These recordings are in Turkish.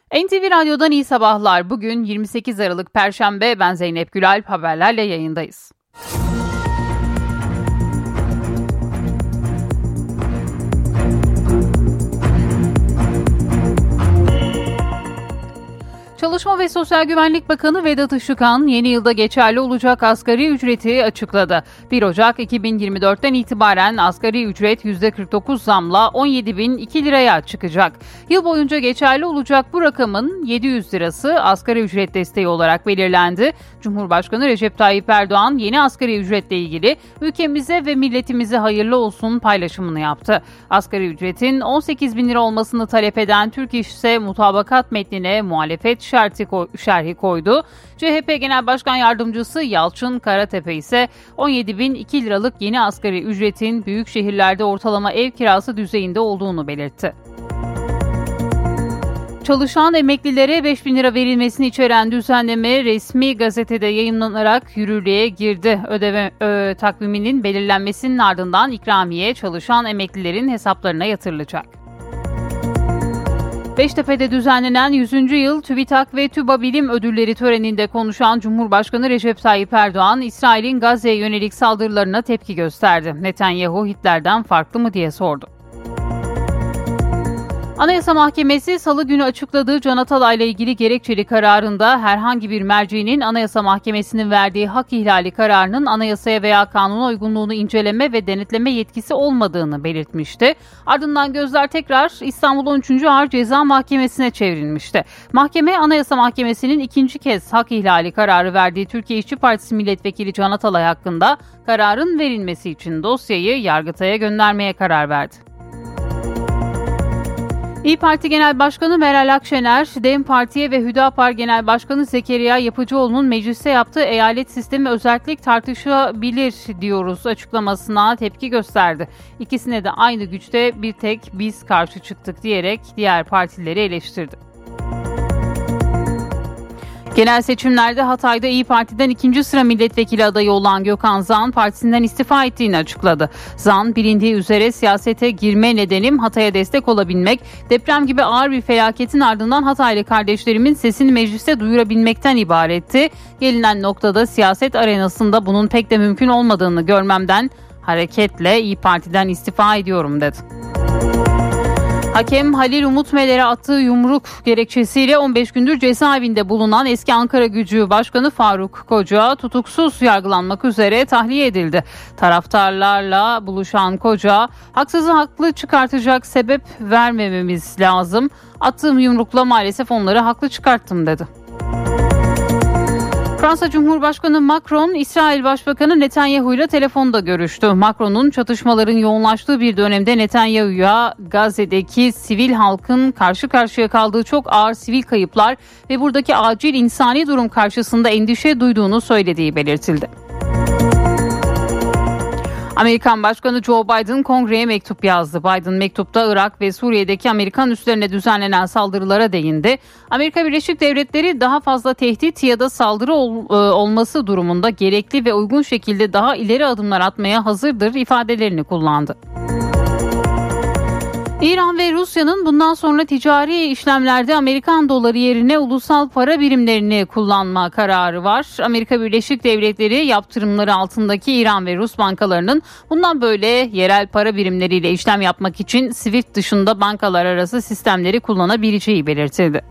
NTV Radyo'dan iyi sabahlar. Bugün 28 Aralık Perşembe. Ben Zeynep Gülalp, haberlerle yayındayız. Çalışma ve Sosyal Güvenlik Bakanı Vedat Işıkhan, yeni yılda geçerli olacak asgari ücreti açıkladı. 1 Ocak 2024'ten itibaren asgari ücret %49 zamla 17.002 liraya çıkacak. Yıl boyunca geçerli olacak bu rakamın 700 lirası asgari ücret desteği olarak belirlendi. Cumhurbaşkanı Recep Tayyip Erdoğan yeni asgari ücretle ilgili ülkemize ve milletimize hayırlı olsun paylaşımını yaptı. Asgari ücretin 18.000 lira olmasını talep eden Türk İş ise mutabakat metnine muhalefet şerhi koydu. CHP Genel Başkan Yardımcısı Yalçın Karatepe ise 17.002 liralık yeni asgari ücretin büyük şehirlerde ortalama ev kirası düzeyinde olduğunu belirtti. Çalışan emeklilere 5.000 lira verilmesini içeren düzenleme resmi gazetede yayımlanarak yürürlüğe girdi. Ödeme takviminin belirlenmesinin ardından ikramiye çalışan emeklilerin hesaplarına yatırılacak. Beştepe'de düzenlenen 100. yıl TÜBİTAK ve TÜBA Bilim Ödülleri töreninde konuşan Cumhurbaşkanı Recep Tayyip Erdoğan, İsrail'in Gazze'ye yönelik saldırılarına tepki gösterdi. Netanyahu Hitler'den farklı mı diye sordu. Anayasa Mahkemesi Salı günü açıkladığı Can Atalay'la ilgili gerekçeli kararında herhangi bir mercinin Anayasa Mahkemesi'nin verdiği hak ihlali kararının anayasaya veya kanuna uygunluğunu inceleme ve denetleme yetkisi olmadığını belirtmişti. Ardından gözler tekrar İstanbul 13. Ağır Ceza Mahkemesi'ne çevrilmişti. Mahkeme, Anayasa Mahkemesi'nin ikinci kez hak ihlali kararı verdiği Türkiye İşçi Partisi Milletvekili Can Atalay hakkında kararın verilmesi için dosyayı Yargıtay'a göndermeye karar verdi. İYİ Parti Genel Başkanı Meral Akşener, DEM Parti'ye ve Hüdapar Genel Başkanı Zekeriya Yapıcıoğlu'nun mecliste yaptığı eyalet sistemi özellik tartışılabilir diyoruz açıklamasına tepki gösterdi. İkisine de aynı güçte bir tek biz karşı çıktık diyerek diğer partileri eleştirdi. Genel seçimlerde Hatay'da İYİ Parti'den 2. sıra milletvekili adayı olan Gökhan Zan partisinden istifa ettiğini açıkladı. Zan, bilindiği üzere siyasete girme nedenim Hatay'a destek olabilmek, deprem gibi ağır bir felaketin ardından Hataylı kardeşlerimin sesini mecliste duyurabilmekten ibaretti. Gelinen noktada siyaset arenasında bunun pek de mümkün olmadığını görmemden hareketle İYİ Parti'den istifa ediyorum dedi. Hakem Halil Umut Meler'e attığı yumruk gerekçesiyle 15 gündür cezaevinde bulunan eski Ankaragücü Başkanı Faruk Koca tutuksuz yargılanmak üzere tahliye edildi. Taraftarlarla buluşan Koca, haksızı haklı çıkartacak sebep vermememiz lazım. Attığım yumrukla maalesef onları haklı çıkarttım dedi. Fransa Cumhurbaşkanı Macron, İsrail Başbakanı Netanyahu ile telefonda görüştü. Macron'un çatışmaların yoğunlaştığı bir dönemde Netanyahu'ya Gazze'deki sivil halkın karşı karşıya kaldığı çok ağır sivil kayıplar ve buradaki acil insani durum karşısında endişe duyduğunu söylediği belirtildi. Amerikan Başkanı Joe Biden kongreye mektup yazdı. Biden mektupta Irak ve Suriye'deki Amerikan üslerine düzenlenen saldırılara değindi. Amerika Birleşik Devletleri daha fazla tehdit ya da saldırı olması durumunda gerekli ve uygun şekilde daha ileri adımlar atmaya hazırdır ifadelerini kullandı. İran ve Rusya'nın bundan sonra ticari işlemlerde Amerikan doları yerine ulusal para birimlerini kullanma kararı var. Amerika Birleşik Devletleri yaptırımları altındaki İran ve Rus bankalarının bundan böyle yerel para birimleriyle işlem yapmak için SWIFT dışında bankalar arası sistemleri kullanabileceği belirtildi.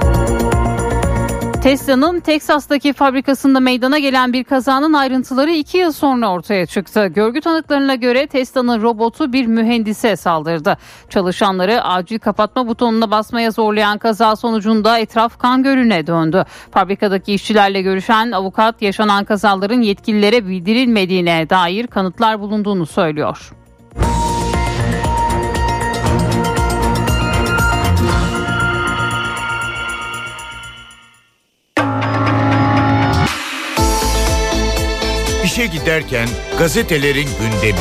Tesla'nın Teksas'taki fabrikasında meydana gelen bir kazanın ayrıntıları 2 yıl sonra ortaya çıktı. Görgü tanıklarına göre Tesla'nın robotu bir mühendise saldırdı. Çalışanları acil kapatma butonuna basmaya zorlayan kaza sonucunda etraf kan gölüne döndü. Fabrikadaki işçilerle görüşen avukat yaşanan kazaların yetkililere bildirilmediğine dair kanıtlar bulunduğunu söylüyor. İşe giderken gazetelerin gündemi.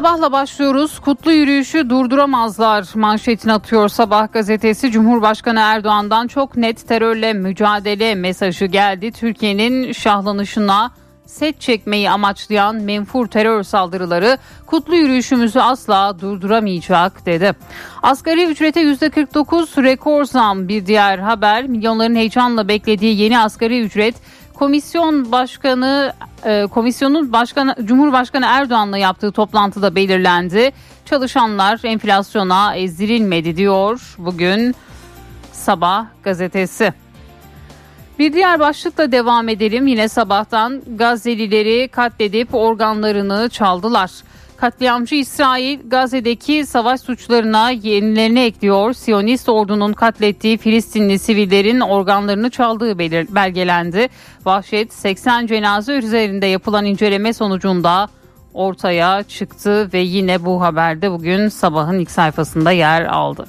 Sabahla başlıyoruz. Kutlu yürüyüşü durduramazlar manşetini atıyor Sabah gazetesi. Cumhurbaşkanı Erdoğan'dan çok net terörle mücadele mesajı geldi. Türkiye'nin şahlanışına set çekmeyi amaçlayan menfur terör saldırıları kutlu yürüyüşümüzü asla durduramayacak dedi. Asgari ücrete %49 rekor zam bir diğer haber. Milyonların heyecanla beklediği yeni asgari ücret Komisyonun başkanı Cumhurbaşkanı Erdoğan'la yaptığı toplantıda belirlendi. Çalışanlar enflasyona ezdirilmedi diyor bugün Sabah gazetesi. Bir diğer başlıkla devam edelim. Yine Sabah'tan Gazze'lileri katledip organlarını çaldılar. Katliamcı İsrail Gazze'deki savaş suçlarına yenilerini ekliyor. Siyonist ordunun katlettiği Filistinli sivillerin organlarını çaldığı belgelendi. Vahşet 80 cenaze üzerinde yapılan inceleme sonucunda ortaya çıktı ve yine bu haberde bugün Sabah'ın ilk sayfasında yer aldı.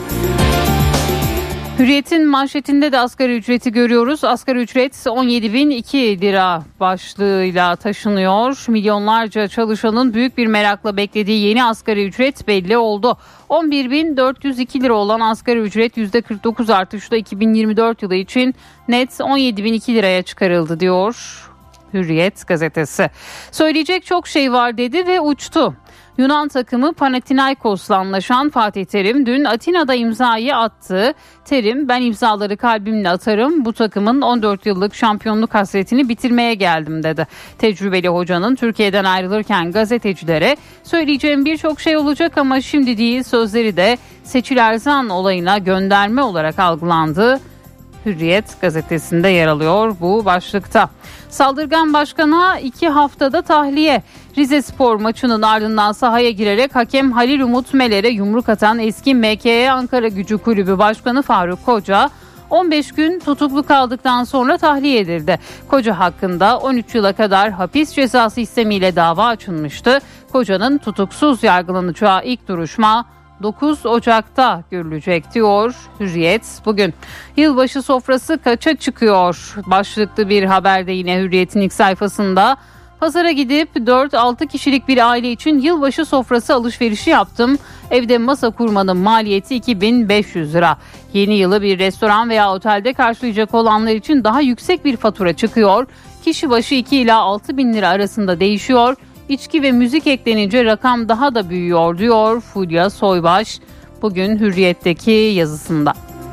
Hürriyet'in manşetinde de asgari ücreti görüyoruz. Asgari ücret 17.002 lira başlığıyla taşınıyor. Milyonlarca çalışanın büyük bir merakla beklediği yeni asgari ücret belli oldu. 11.402 lira olan asgari ücret %49 artışla 2024 yılı için net 17.002 liraya çıkarıldı diyor Hürriyet gazetesi. Söyleyecek çok şey var dedi ve uçtu. Yunan takımı Panathinaikos'la anlaşan Fatih Terim dün Atina'da imzayı attı. Terim, ben imzaları kalbimle atarım, bu takımın 14 yıllık şampiyonluk hasretini bitirmeye geldim dedi. Tecrübeli hocanın Türkiye'den ayrılırken gazetecilere söyleyeceğim birçok şey olacak ama şimdi değil sözleri de Seçil Erzan olayına gönderme olarak algılandı. Hürriyet gazetesinde yer alıyor bu başlıkta. Saldırgan başkana 2 haftada tahliye. Rizespor maçının ardından sahaya girerek hakem Halil Umut Meler'e yumruk atan eski MKE Ankara Gücü Kulübü Başkanı Faruk Koca 15 gün tutuklu kaldıktan sonra tahliye edildi. Koca hakkında 13 yıla kadar hapis cezası istemiyle dava açılmıştı. Koca'nın tutuksuz yargılanacağı ilk duruşma 9 Ocak'ta görülecek diyor Hürriyet bugün. Yılbaşı sofrası kaça çıkıyor? Başlıklı bir haberde yine Hürriyet'in ilk sayfasında. Pazara gidip 4-6 kişilik bir aile için yılbaşı sofrası alışverişi yaptım. Evde masa kurmanın maliyeti 2.500 lira. Yeni yılı bir restoran veya otelde karşılayacak olanlar için daha yüksek bir fatura çıkıyor. Kişi başı 2 ila 6.000 lira arasında değişiyor. İçki ve müzik eklenince rakam daha da büyüyor diyor Fulya Soybaş bugün Hürriyet'teki yazısında.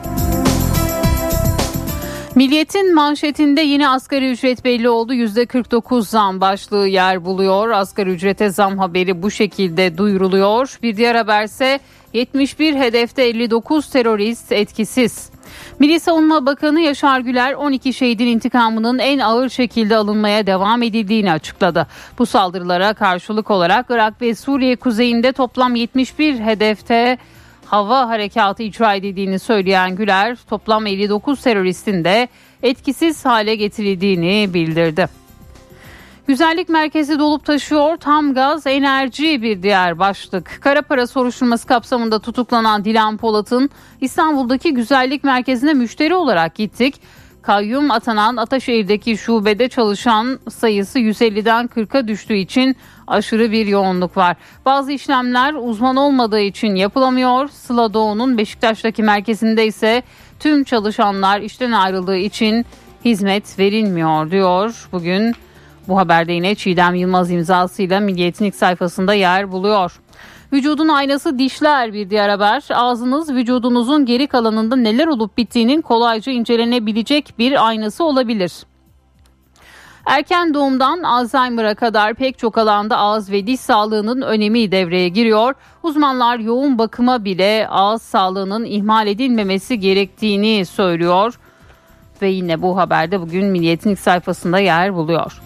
Milliyet'in manşetinde yine asgari ücret belli oldu. %49 zam başlığı yer buluyor. Asgari ücrete zam haberi bu şekilde duyuruluyor. Bir diğer haberse 71 hedefte 59 terörist etkisiz. Milli Savunma Bakanı Yaşar Güler 12 şehidin intikamının en ağır şekilde alınmaya devam edildiğini açıkladı. Bu saldırılara karşılık olarak Irak ve Suriye kuzeyinde toplam 71 hedefte hava harekatı icra edildiğini söyleyen Güler, toplam 59 teröristin de etkisiz hale getirildiğini bildirdi. Güzellik merkezi dolup taşıyor, tam gaz enerji bir diğer başlık. Kara para soruşturması kapsamında tutuklanan Dilan Polat'ın İstanbul'daki güzellik merkezine müşteri olarak gittik. Kayyum atanan Ataşehir'deki şubede çalışan sayısı 150'den 40'a düştüğü için aşırı bir yoğunluk var. Bazı işlemler uzman olmadığı için yapılamıyor. Sıla Doğu'nun Beşiktaş'taki merkezinde ise tüm çalışanlar işten ayrıldığı için hizmet verilmiyor diyor. Bugün bu haberde yine Çiğdem Yılmaz imzasıyla Milliyet'in ilk sayfasında yer buluyor. Vücudun aynası dişler bir diğer haber. Ağzınız vücudunuzun geri kalanında neler olup bittiğinin kolayca incelenebilecek bir aynası olabilir. Erken doğumdan Alzheimer'a kadar pek çok alanda ağız ve diş sağlığının önemi devreye giriyor. Uzmanlar yoğun bakıma bile ağız sağlığının ihmal edilmemesi gerektiğini söylüyor. Ve yine bu haberde bugün Milliyet'in ilk sayfasında yer buluyor.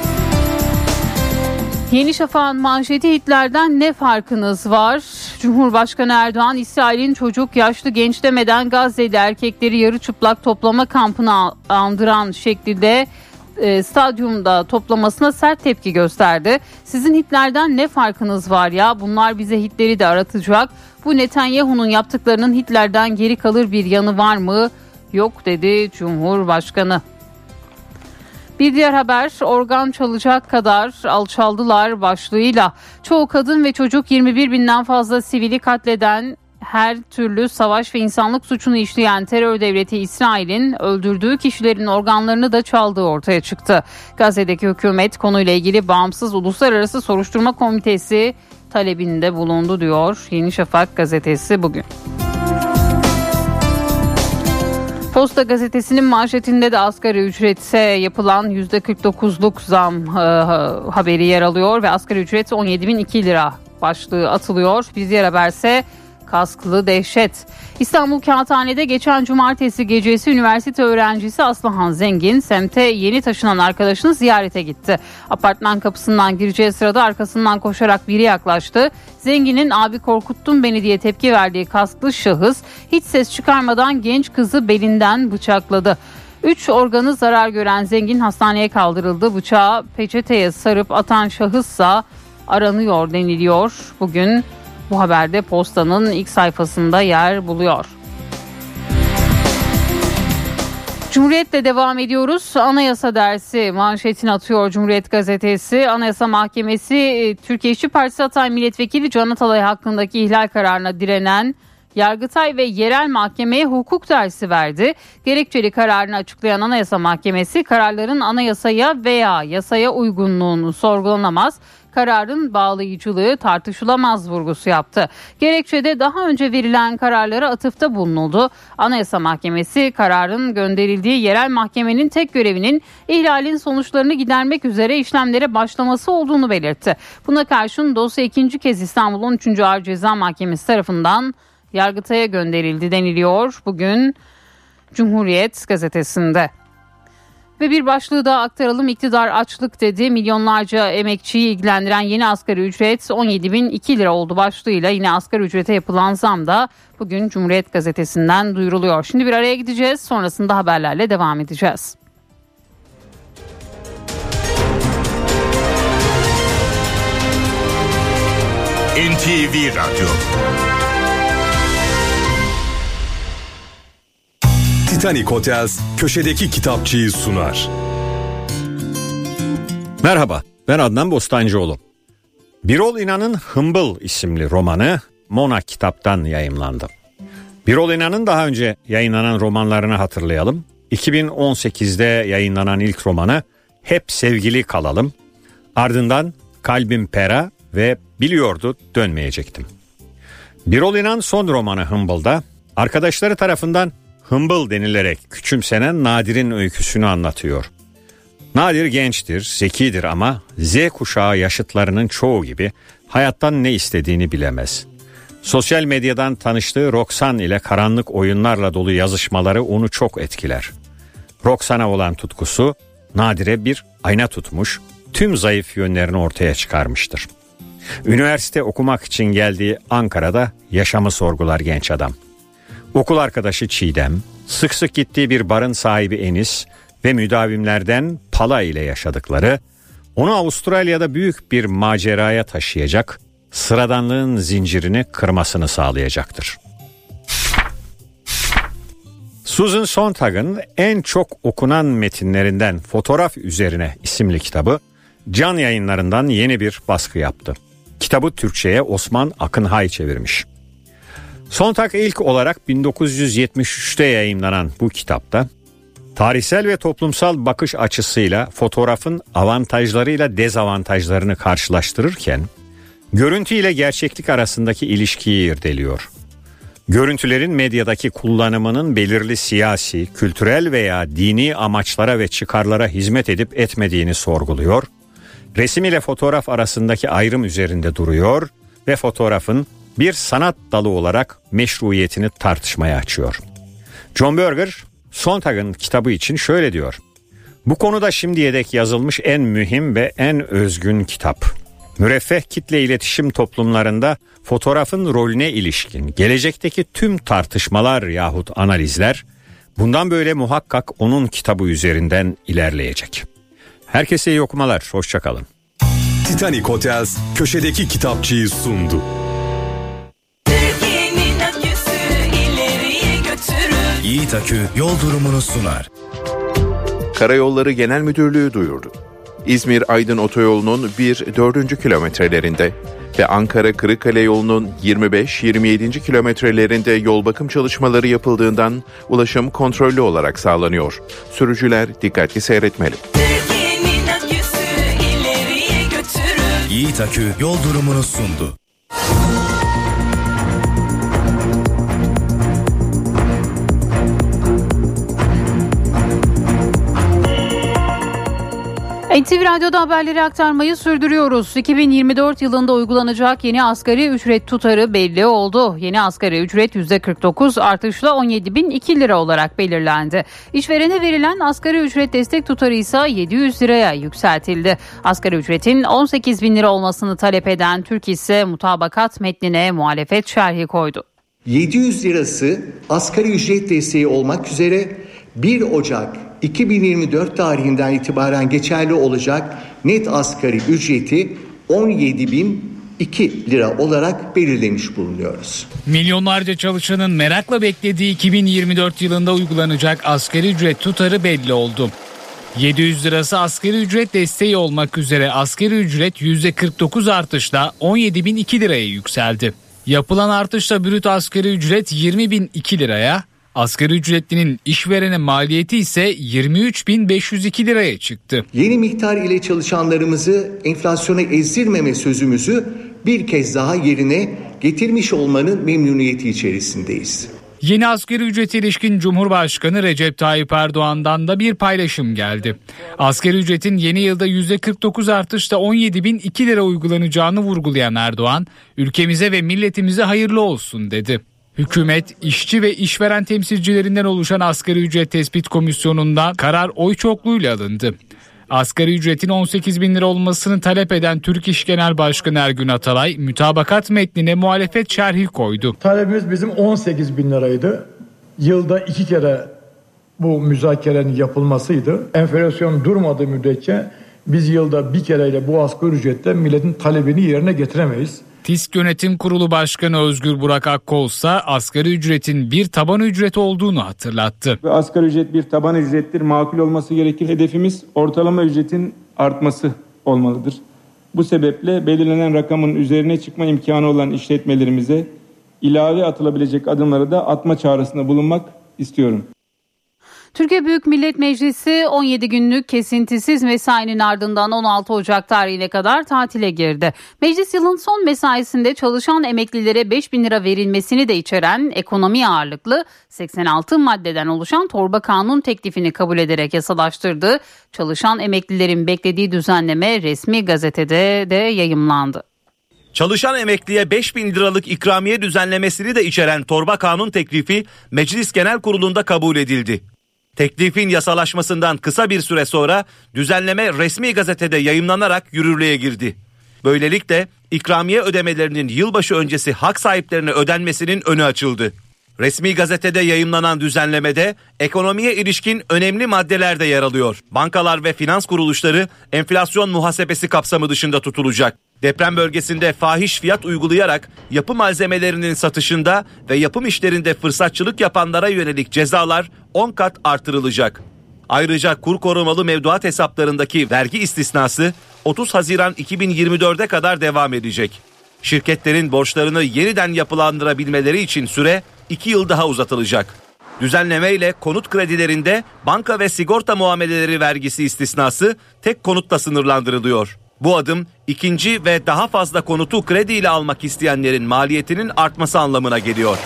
Yeni Şafak'ın manşeti Hitler'den ne farkınız var? Cumhurbaşkanı Erdoğan, İsrail'in çocuk, yaşlı, genç demeden Gazze'li erkekleri yarı çıplak toplama kampına andıran şekilde stadyumda toplamasına sert tepki gösterdi. Sizin Hitler'den ne farkınız var ya? Bunlar bize Hitler'i de aratacak. Bu Netanyahu'nun yaptıklarının Hitler'den geri kalır bir yanı var mı? Yok dedi Cumhurbaşkanı. Bir diğer haber, organ çalacak kadar alçaldılar başlığıyla. Çoğu kadın ve çocuk, 21 binden fazla sivili katleden, her türlü savaş ve insanlık suçunu işleyen terör devleti İsrail'in öldürdüğü kişilerin organlarını da çaldığı ortaya çıktı. Gazze'deki hükümet konuyla ilgili bağımsız uluslararası soruşturma komitesi talebinde bulundu diyor Yeni Şafak gazetesi bugün. Posta gazetesinin manşetinde de asgari ücrete yapılan %49'luk zam haberi yer alıyor ve asgari ücret 17.002 lira başlığı atılıyor. Bir diğer haberse kasklı dehşet. İstanbul Kağıthane'de geçen cumartesi gecesi üniversite öğrencisi Aslıhan Zengin semte yeni taşınan arkadaşını ziyarete gitti. Apartman kapısından gireceği sırada arkasından koşarak biri yaklaştı. Zengin'in "abi korkuttun beni" diye tepki verdiği kasklı şahıs hiç ses çıkarmadan genç kızı belinden bıçakladı. 3 organı zarar gören Zengin hastaneye kaldırıldı. Bıçağı peçeteye sarıp atan şahıssa aranıyor deniliyor. Bugün bu haberde Posta'nın ilk sayfasında yer buluyor. Cumhuriyet'le devam ediyoruz. Anayasa dersi manşetini atıyor Cumhuriyet gazetesi. Anayasa Mahkemesi Türkiye İşçi Partisi Hatay Milletvekili Can Atalay hakkındaki ihlal kararına direnen Yargıtay ve yerel mahkemeye hukuk dersi verdi. Gerekçeli kararını açıklayan Anayasa Mahkemesi, kararların anayasaya veya yasaya uygunluğunu sorgulanamaz, kararın bağlayıcılığı tartışılamaz vurgusu yaptı. Gerekçede daha önce verilen kararlara atıfta bulunuldu. Anayasa Mahkemesi, kararın gönderildiği yerel mahkemenin tek görevinin ihlalin sonuçlarını gidermek üzere işlemlere başlaması olduğunu belirtti. Buna karşın dosya ikinci kez İstanbul 13. Ağır Ceza Mahkemesi tarafından Yargıtay'a gönderildi deniliyor bugün Cumhuriyet gazetesinde. Ve bir başlığı daha aktaralım. İktidar açlık dedi. Milyonlarca emekçiyi ilgilendiren yeni asgari ücret 17.002 lira oldu başlığıyla yine asgari ücrete yapılan zam da bugün Cumhuriyet gazetesinden duyuruluyor. Şimdi bir araya gideceğiz. Sonrasında haberlerle devam edeceğiz. NTV Radyo. Titanic Hotels köşedeki kitapçıyı sunar. Merhaba, ben Adnan Bostancıoğlu. Birol İnan'ın Hımbıl isimli romanı Mona Kitap'tan yayımlandı. Birol İnan'ın daha önce yayınlanan romanlarını hatırlayalım. 2018'de yayınlanan ilk romanı Hep Sevgili Kalalım. Ardından Kalbim Pera ve Biliyordu Dönmeyecektim. Birol İnan son romanı Hımbıl'da arkadaşları tarafından hımbıl denilerek küçümsenen Nadir'in öyküsünü anlatıyor. Nadir gençtir, zekidir ama Z kuşağı yaşıtlarının çoğu gibi hayattan ne istediğini bilemez. Sosyal medyadan tanıştığı Roxan ile karanlık oyunlarla dolu yazışmaları onu çok etkiler. Roxan'a olan tutkusu Nadir'e bir ayna tutmuş, tüm zayıf yönlerini ortaya çıkarmıştır. Üniversite okumak için geldiği Ankara'da yaşamı sorgular genç adam. Okul arkadaşı Çiğdem, sık sık gittiği bir barın sahibi Enis ve müdavimlerden Pala ile yaşadıkları, onu Avustralya'da büyük bir maceraya taşıyacak, sıradanlığın zincirini kırmasını sağlayacaktır. Susan Sontag'ın en çok okunan metinlerinden Fotoğraf Üzerine isimli kitabı, Can Yayınları'ndan yeni bir baskı yaptı. Kitabı Türkçe'ye Osman Akınhay çevirmiş. Sontag ilk olarak 1973'te yayımlanan bu kitapta tarihsel ve toplumsal bakış açısıyla fotoğrafın avantajlarıyla dezavantajlarını karşılaştırırken görüntü ile gerçeklik arasındaki ilişkiyi irdeliyor. Görüntülerin medyadaki kullanımının belirli siyasi, kültürel veya dini amaçlara ve çıkarlara hizmet edip etmediğini sorguluyor, resim ile fotoğraf arasındaki ayrım üzerinde duruyor ve fotoğrafın bir sanat dalı olarak meşruiyetini tartışmaya açıyor. John Berger, Sontag'ın kitabı için şöyle diyor: "Bu konuda şimdiye dek yazılmış en mühim ve en özgün kitap. Müreffeh kitle iletişim toplumlarında fotoğrafın rolüne ilişkin gelecekteki tüm tartışmalar yahut analizler bundan böyle muhakkak onun kitabı üzerinden ilerleyecek." Herkese iyi okumalar, hoşçakalın. Titanic Hotels köşedeki kitapçıyı sundu. Yiğit Akü yol durumunu sunar. Karayolları Genel Müdürlüğü duyurdu. İzmir-Aydın otoyolunun 1-4. kilometrelerinde ve Ankara-Kırıkkale yolunun 25-27. kilometrelerinde yol bakım çalışmaları yapıldığından ulaşım kontrollü olarak sağlanıyor. Sürücüler dikkatli seyretmeli. Yiğit Akü yol durumunu sundu. NTV Radyo'da haberleri aktarmayı sürdürüyoruz. 2024 yılında uygulanacak yeni asgari ücret tutarı belli oldu. Yeni asgari ücret %49 artışla 17.002 lira olarak belirlendi. İşverene verilen asgari ücret destek tutarı ise 700 liraya yükseltildi. Asgari ücretin 18.000 lira olmasını talep eden Türk ise mutabakat metnine muhalefet şerhi koydu. 700 lirası asgari ücret desteği olmak üzere 1 Ocak 2024 tarihinden itibaren geçerli olacak net asgari ücreti 17.002 lira olarak belirlemiş bulunuyoruz. Milyonlarca çalışanın merakla beklediği 2024 yılında uygulanacak asgari ücret tutarı belli oldu. 700 lirası asgari ücret desteği olmak üzere asgari ücret %49 artışla 17.002 liraya yükseldi. Yapılan artışla brüt asgari ücret 20.002 liraya, asgari ücretlinin işverene maliyeti ise 23.502 liraya çıktı. Yeni miktar ile çalışanlarımızı enflasyona ezdirmeme sözümüzü bir kez daha yerine getirmiş olmanın memnuniyeti içerisindeyiz. Yeni asgari ücrete ilişkin Cumhurbaşkanı Recep Tayyip Erdoğan'dan da bir paylaşım geldi. Asgari ücretin yeni yılda %49 artışla 17.002 lira uygulanacağını vurgulayan Erdoğan, ülkemize ve milletimize hayırlı olsun dedi. Hükümet, işçi ve işveren temsilcilerinden oluşan Asgari Ücret Tespit Komisyonu'nda karar oy çokluğuyla alındı. Asgari ücretin 18.000 lira olmasını talep eden Türk İş Genel Başkanı Ergün Atalay, mütabakat metnine muhalefet şerhi koydu. Talebimiz bizim 18.000 liraydı. Yılda 2 kere bu müzakerenin yapılmasıydı. Enflasyon durmadığı müddetçe biz yılda bir kereyle bu asgari ücretle milletin talebini yerine getiremeyiz. TİSK Yönetim Kurulu Başkanı Özgür Burak Akkol ise asgari ücretin bir taban ücret olduğunu hatırlattı. Asgari ücret bir taban ücrettir, makul olması gerekir. Hedefimiz ortalama ücretin artması olmalıdır. Bu sebeple belirlenen rakamın üzerine çıkma imkanı olan işletmelerimize ilave atılabilecek adımları da atma çağrısında bulunmak istiyorum. Türkiye Büyük Millet Meclisi 17 günlük kesintisiz mesainin ardından 16 Ocak tarihine kadar tatile girdi. Meclis yılın son mesaisinde çalışan emeklilere 5.000 lira verilmesini de içeren ekonomi ağırlıklı 86 maddeden oluşan torba kanun teklifini kabul ederek yasalaştırdı. Çalışan emeklilerin beklediği düzenleme resmi gazetede de yayımlandı. Çalışan emekliye 5.000 liralık ikramiye düzenlemesini de içeren torba kanun teklifi Meclis Genel Kurulu'nda kabul edildi. Teklifin yasalaşmasından kısa bir süre sonra düzenleme resmi gazetede yayımlanarak yürürlüğe girdi. Böylelikle ikramiye ödemelerinin yılbaşı öncesi hak sahiplerine ödenmesinin önü açıldı. Resmi gazetede yayımlanan düzenlemede ekonomiye ilişkin önemli maddeler de yer alıyor. Bankalar ve finans kuruluşları enflasyon muhasebesi kapsamı dışında tutulacak. Deprem bölgesinde fahiş fiyat uygulayarak yapı malzemelerinin satışında ve yapım işlerinde fırsatçılık yapanlara yönelik cezalar 10 kat artırılacak. Ayrıca kur korumalı mevduat hesaplarındaki vergi istisnası 30 Haziran 2024'e kadar devam edecek. Şirketlerin borçlarını yeniden yapılandırabilmeleri için süre 2 yıl daha uzatılacak. Düzenleme ile konut kredilerinde banka ve sigorta muameleleri vergisi istisnası tek konutla sınırlandırılıyor. Bu adım ikinci ve daha fazla konutu krediyle almak isteyenlerin maliyetinin artması anlamına geliyor.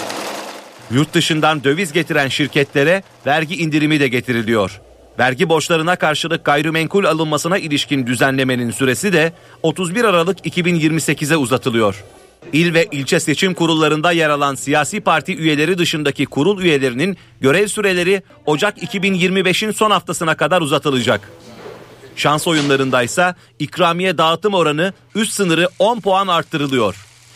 Yurt dışından döviz getiren şirketlere vergi indirimi de getiriliyor. Vergi borçlarına karşılık gayrimenkul alınmasına ilişkin düzenlemenin süresi de 31 Aralık 2028'e uzatılıyor. İl ve ilçe seçim kurullarında yer alan siyasi parti üyeleri dışındaki kurul üyelerinin görev süreleri Ocak 2025'in son haftasına kadar uzatılacak. Şans oyunlarındaysa ikramiye dağıtım oranı üst sınırı 10 puan arttırılıyor.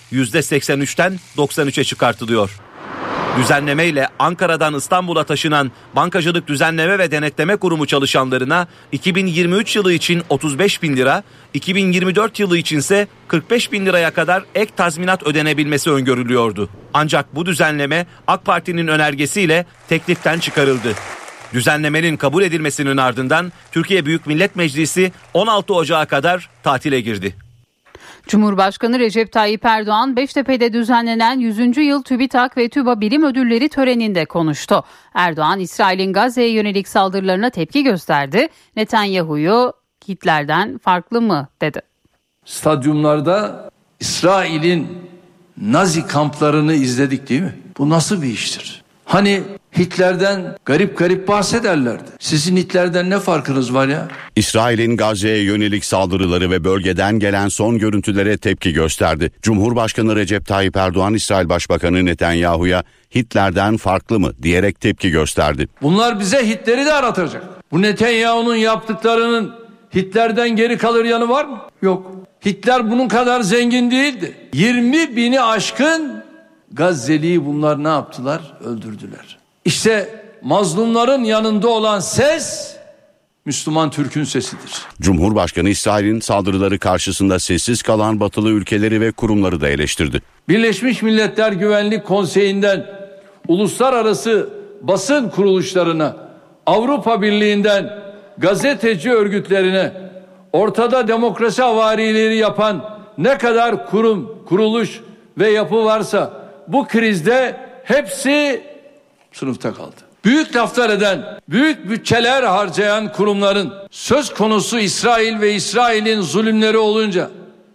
%83'ten 93'e çıkartılıyor. Düzenlemeyle Ankara'dan İstanbul'a taşınan Bankacılık Düzenleme ve Denetleme Kurumu çalışanlarına 2023 yılı için 35.000 lira, 2024 yılı içinse 45.000 liraya kadar ek tazminat ödenebilmesi öngörülüyordu. Ancak bu düzenleme AK Parti'nin önergesiyle tekliften çıkarıldı. Düzenlemenin kabul edilmesinin ardından Türkiye Büyük Millet Meclisi 16 Ocağı kadar tatile girdi. Cumhurbaşkanı Recep Tayyip Erdoğan, Beştepe'de düzenlenen 100. yıl TÜBİTAK ve TÜBA Bilim Ödülleri töreninde konuştu. Erdoğan, İsrail'in Gazze'ye yönelik saldırılarına tepki gösterdi. Netanyahu'yu Hitler'den farklı mı dedi. Stadyumlarda İsrail'in Nazi kamplarını izledik değil mi? Bu nasıl bir iştir? Hani Hitler'den garip garip bahsederlerdi. Sizin Hitler'den ne farkınız var ya? İsrail'in Gazze'ye yönelik saldırıları ve bölgeden gelen son görüntülere tepki gösterdi. Cumhurbaşkanı Recep Tayyip Erdoğan, İsrail Başbakanı Netanyahu'ya Hitler'den farklı mı diyerek tepki gösterdi. Bunlar bize Hitler'i de aratacak. Bu Netanyahu'nun yaptıklarının Hitler'den geri kalır yanı var mı? Yok. Hitler bunun kadar zengin değildi. 20 bini aşkın Gazze'liyi bunlar ne yaptılar? Öldürdüler. İşte mazlumların yanında olan ses Müslüman Türk'ün sesidir. Cumhurbaşkanı İsrail'in saldırıları karşısında sessiz kalan batılı ülkeleri ve kurumları da eleştirdi. Birleşmiş Milletler Güvenlik Konseyi'nden uluslararası basın kuruluşlarına, Avrupa Birliği'nden gazeteci örgütlerine, ortada demokrasi havarileri yapan ne kadar kurum, kuruluş ve yapı varsa bu krizde hepsi sınıfta kaldı. Büyük laflar eden, büyük bütçeler harcayan kurumların söz konusu İsrail ve İsrail'in zulümleri olunca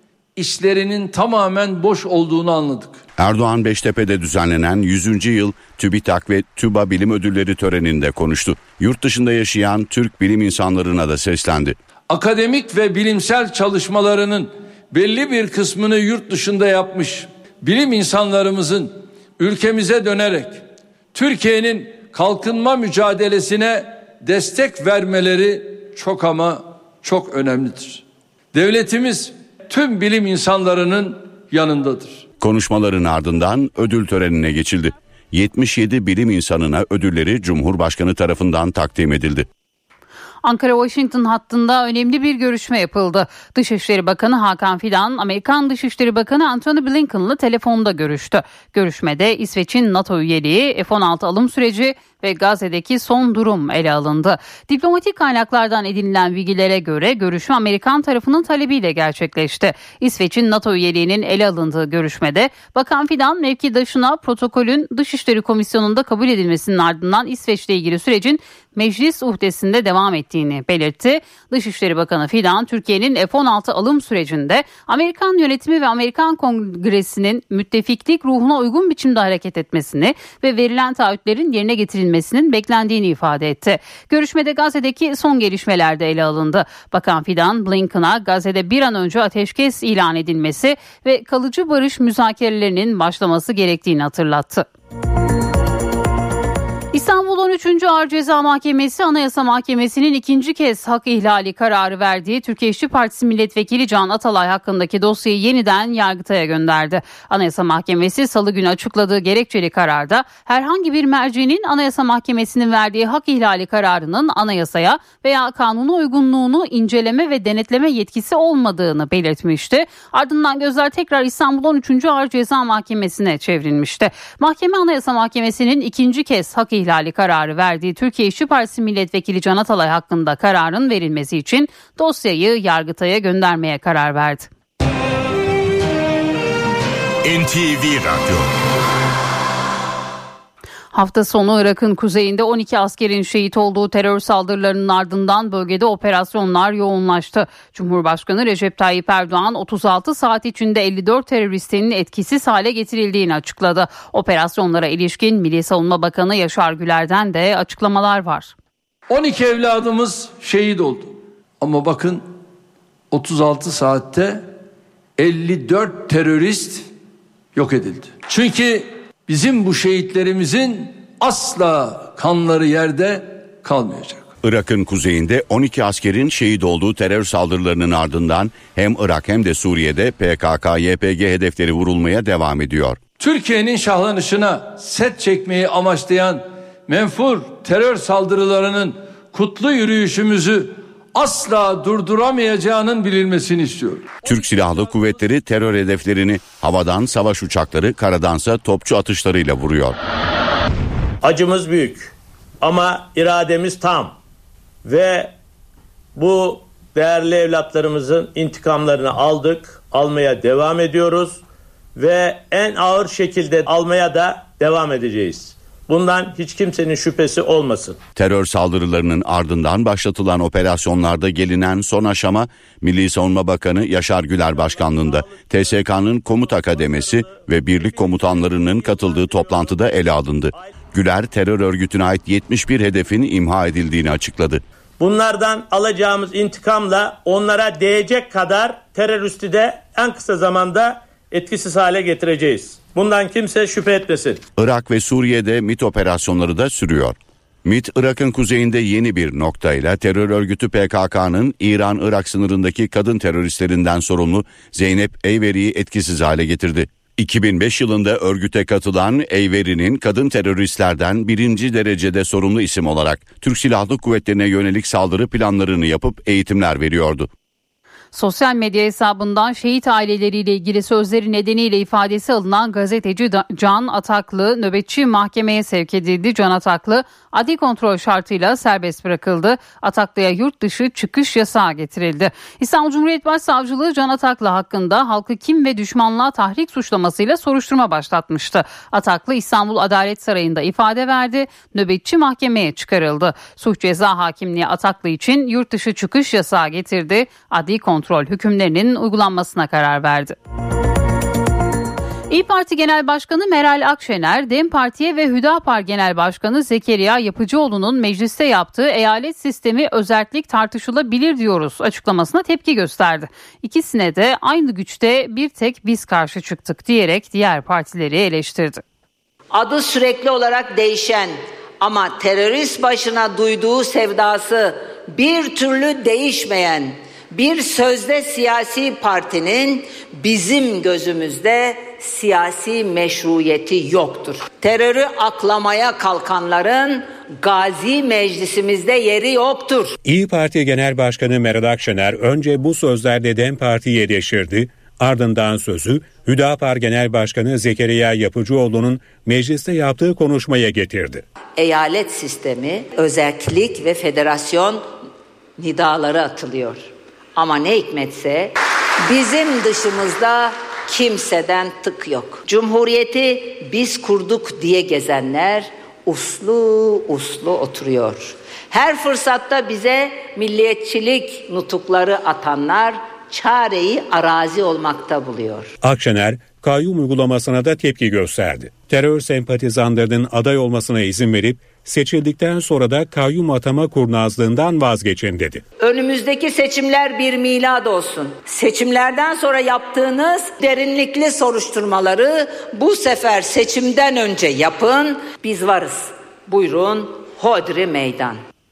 işlerinin tamamen boş olduğunu anladık. Erdoğan, Beştepe'de düzenlenen 100. yıl TÜBİTAK ve TÜBA Bilim Ödülleri töreninde konuştu. Yurt dışında yaşayan Türk bilim insanlarına da seslendi. Akademik ve bilimsel çalışmalarının belli bir kısmını yurt dışında yapmış bilim insanlarımızın ülkemize dönerek Türkiye'nin kalkınma mücadelesine destek vermeleri çok ama çok önemlidir. Devletimiz tüm bilim insanlarının yanındadır. Konuşmaların ardından ödül törenine geçildi. 77 bilim insanına ödülleri Cumhurbaşkanı tarafından takdim edildi. Ankara-Washington hattında önemli bir görüşme yapıldı. Dışişleri Bakanı Hakan Fidan, Amerikan Dışişleri Bakanı Antony Blinken'la telefonda görüştü. Görüşmede İsveç'in NATO üyeliği, F-16 alım süreci ve Gazze'deki son durum ele alındı. Diplomatik kaynaklardan edinilen bilgilere göre görüşme Amerikan tarafının talebiyle gerçekleşti. İsveç'in NATO üyeliğinin ele alındığı görüşmede Bakan Fidan, mevkidaşına protokolün Dışişleri Komisyonu'nda kabul edilmesinin ardından İsveç'le ilgili sürecin meclis uhdesinde devam ettiğini belirtti. Dışişleri Bakanı Fidan, Türkiye'nin F-16 alım sürecinde Amerikan yönetimi ve Amerikan Kongresi'nin müttefiklik ruhuna uygun biçimde hareket etmesini ve verilen taahhütlerin yerine getirilmesinin beklendiğini ifade etti. Görüşmede Gazze'deki son gelişmeler de ele alındı. Bakan Fidan, Blinken'a Gazze'de bir an önce ateşkes ilan edilmesi ve kalıcı barış müzakerelerinin başlaması gerektiğini hatırlattı. İstanbul 13. Ağır Ceza Mahkemesi, Anayasa Mahkemesi'nin ikinci kez hak ihlali kararı verdiği Türkiye İşçi Partisi Milletvekili Can Atalay hakkındaki dosyayı yeniden Yargıtay'a gönderdi. Anayasa Mahkemesi Salı günü açıkladığı gerekçeli kararda herhangi bir mercinin Anayasa Mahkemesi'nin verdiği hak ihlali kararının anayasaya veya kanuna uygunluğunu inceleme ve denetleme yetkisi olmadığını belirtmişti. Ardından gözler tekrar İstanbul 13. Ağır Ceza Mahkemesi'ne çevrilmişti. Mahkeme, Anayasa Mahkemesi'nin ikinci kez hak ihlali kararı verdiği Türkiye İşçi Partisi Milletvekili Can Atalay hakkında kararın verilmesi için dosyayı Yargıtay'a göndermeye karar verdi. NTV Radyo. Hafta sonu Irak'ın kuzeyinde 12 askerin şehit olduğu terör saldırılarının ardından bölgede operasyonlar yoğunlaştı. Cumhurbaşkanı Recep Tayyip Erdoğan 36 saat içinde 54 teröristin etkisiz hale getirildiğini açıkladı. Operasyonlara ilişkin Milli Savunma Bakanı Yaşar Güler'den de açıklamalar var. 12 evladımız şehit oldu. Ama bakın 36 saatte 54 terörist yok edildi. Çünkü bizim bu şehitlerimizin asla kanları yerde kalmayacak. Irak'ın kuzeyinde 12 askerin şehit olduğu terör saldırılarının ardından hem Irak hem de Suriye'de PKK-YPG hedefleri vurulmaya devam ediyor. Türkiye'nin şahlanışına set çekmeyi amaçlayan menfur terör saldırılarının kutlu yürüyüşümüzü asla durduramayacağının bilinmesini istiyorum. Türk Silahlı Kuvvetleri terör hedeflerini havadan savaş uçakları, karadansa topçu atışlarıyla vuruyor. Acımız büyük. Ama irademiz tam ve bu değerli evlatlarımızın intikamlarını aldık, almaya devam ediyoruz ve en ağır şekilde almaya da devam edeceğiz. Bundan hiç kimsenin şüphesi olmasın. Terör saldırılarının ardından başlatılan operasyonlarda gelinen son aşama Milli Savunma Bakanı Yaşar Güler başkanlığında TSK'nın komuta kademesi ve birlik komutanlarının katıldığı toplantıda ele alındı. Güler terör örgütüne ait 71 hedefin imha edildiğini açıkladı. Bunlardan alacağımız intikamla onlara değecek kadar teröristi de en kısa zamanda etkisiz hale getireceğiz. Bundan kimse şüphe etmesin. Irak ve Suriye'de MİT operasyonları da sürüyor. MİT, Irak'ın kuzeyinde yeni bir noktayla terör örgütü PKK'nın İran-Irak sınırındaki kadın teröristlerinden sorumlu Zeynep Eyveri'yi etkisiz hale getirdi. 2005 yılında örgüte katılan Eyveri'nin kadın teröristlerden 1. derecede sorumlu isim olarak Türk Silahlı Kuvvetleri'ne yönelik saldırı planlarını yapıp eğitimler veriyordu. Sosyal medya hesabından şehit aileleriyle ilgili sözleri nedeniyle ifadesi alınan gazeteci Can Ataklı nöbetçi mahkemeye sevk edildi. Can Ataklı adli kontrol şartıyla serbest bırakıldı. Ataklı'ya yurt dışı çıkış yasağı getirildi. İstanbul Cumhuriyet Başsavcılığı Can Ataklı hakkında halkı kin ve düşmanlığa tahrik suçlamasıyla soruşturma başlatmıştı. Ataklı İstanbul Adalet Sarayı'nda ifade verdi. Nöbetçi mahkemeye çıkarıldı. Suç Ceza Hakimliği Ataklı için yurt dışı çıkış yasağı getirdi. Adli kontrol hükümlerinin uygulanmasına karar verdi. İYİ Parti Genel Başkanı Meral Akşener, DEM Parti'ye ve Hüdapar Genel Başkanı Zekeriya Yapıcıoğlu'nun mecliste yaptığı eyalet sistemi özerklik tartışılabilir diyoruz açıklamasına tepki gösterdi. İkisine de aynı güçte bir tek biz karşı çıktık diyerek diğer partileri eleştirdi. Adı sürekli olarak değişen ama terörist başına duyduğu sevdası bir türlü değişmeyen bir sözde siyasi partinin bizim gözümüzde siyasi meşruiyeti yoktur. Terörü aklamaya kalkanların Gazi Meclisimizde yeri yoktur. İYİ Parti Genel Başkanı Meral Akşener önce bu sözlerle DEM Parti'yi eleştirdi. Ardından sözü Hüdapar Genel Başkanı Zekeriya Yapıcıoğlu'nun mecliste yaptığı konuşmaya getirdi. Eyalet sistemi, özerklik ve federasyon nidaları atılıyor. Ama ne hikmetse bizim dışımızda kimseden tık yok. Cumhuriyeti biz kurduk diye gezenler uslu uslu oturuyor. Her fırsatta bize milliyetçilik nutukları atanlar çareyi arazi olmakta buluyor. Akşener, kayyum uygulamasına da tepki gösterdi. Terör sempatizanlarının aday olmasına izin verip seçildikten sonra da kayyum atama kurnazlığından vazgeçin dedi. Önümüzdeki seçimler bir milad olsun. Seçimlerden sonra yaptığınız derinlikli soruşturmaları bu sefer seçimden önce yapın. Biz varız. Buyurun hodri meydan.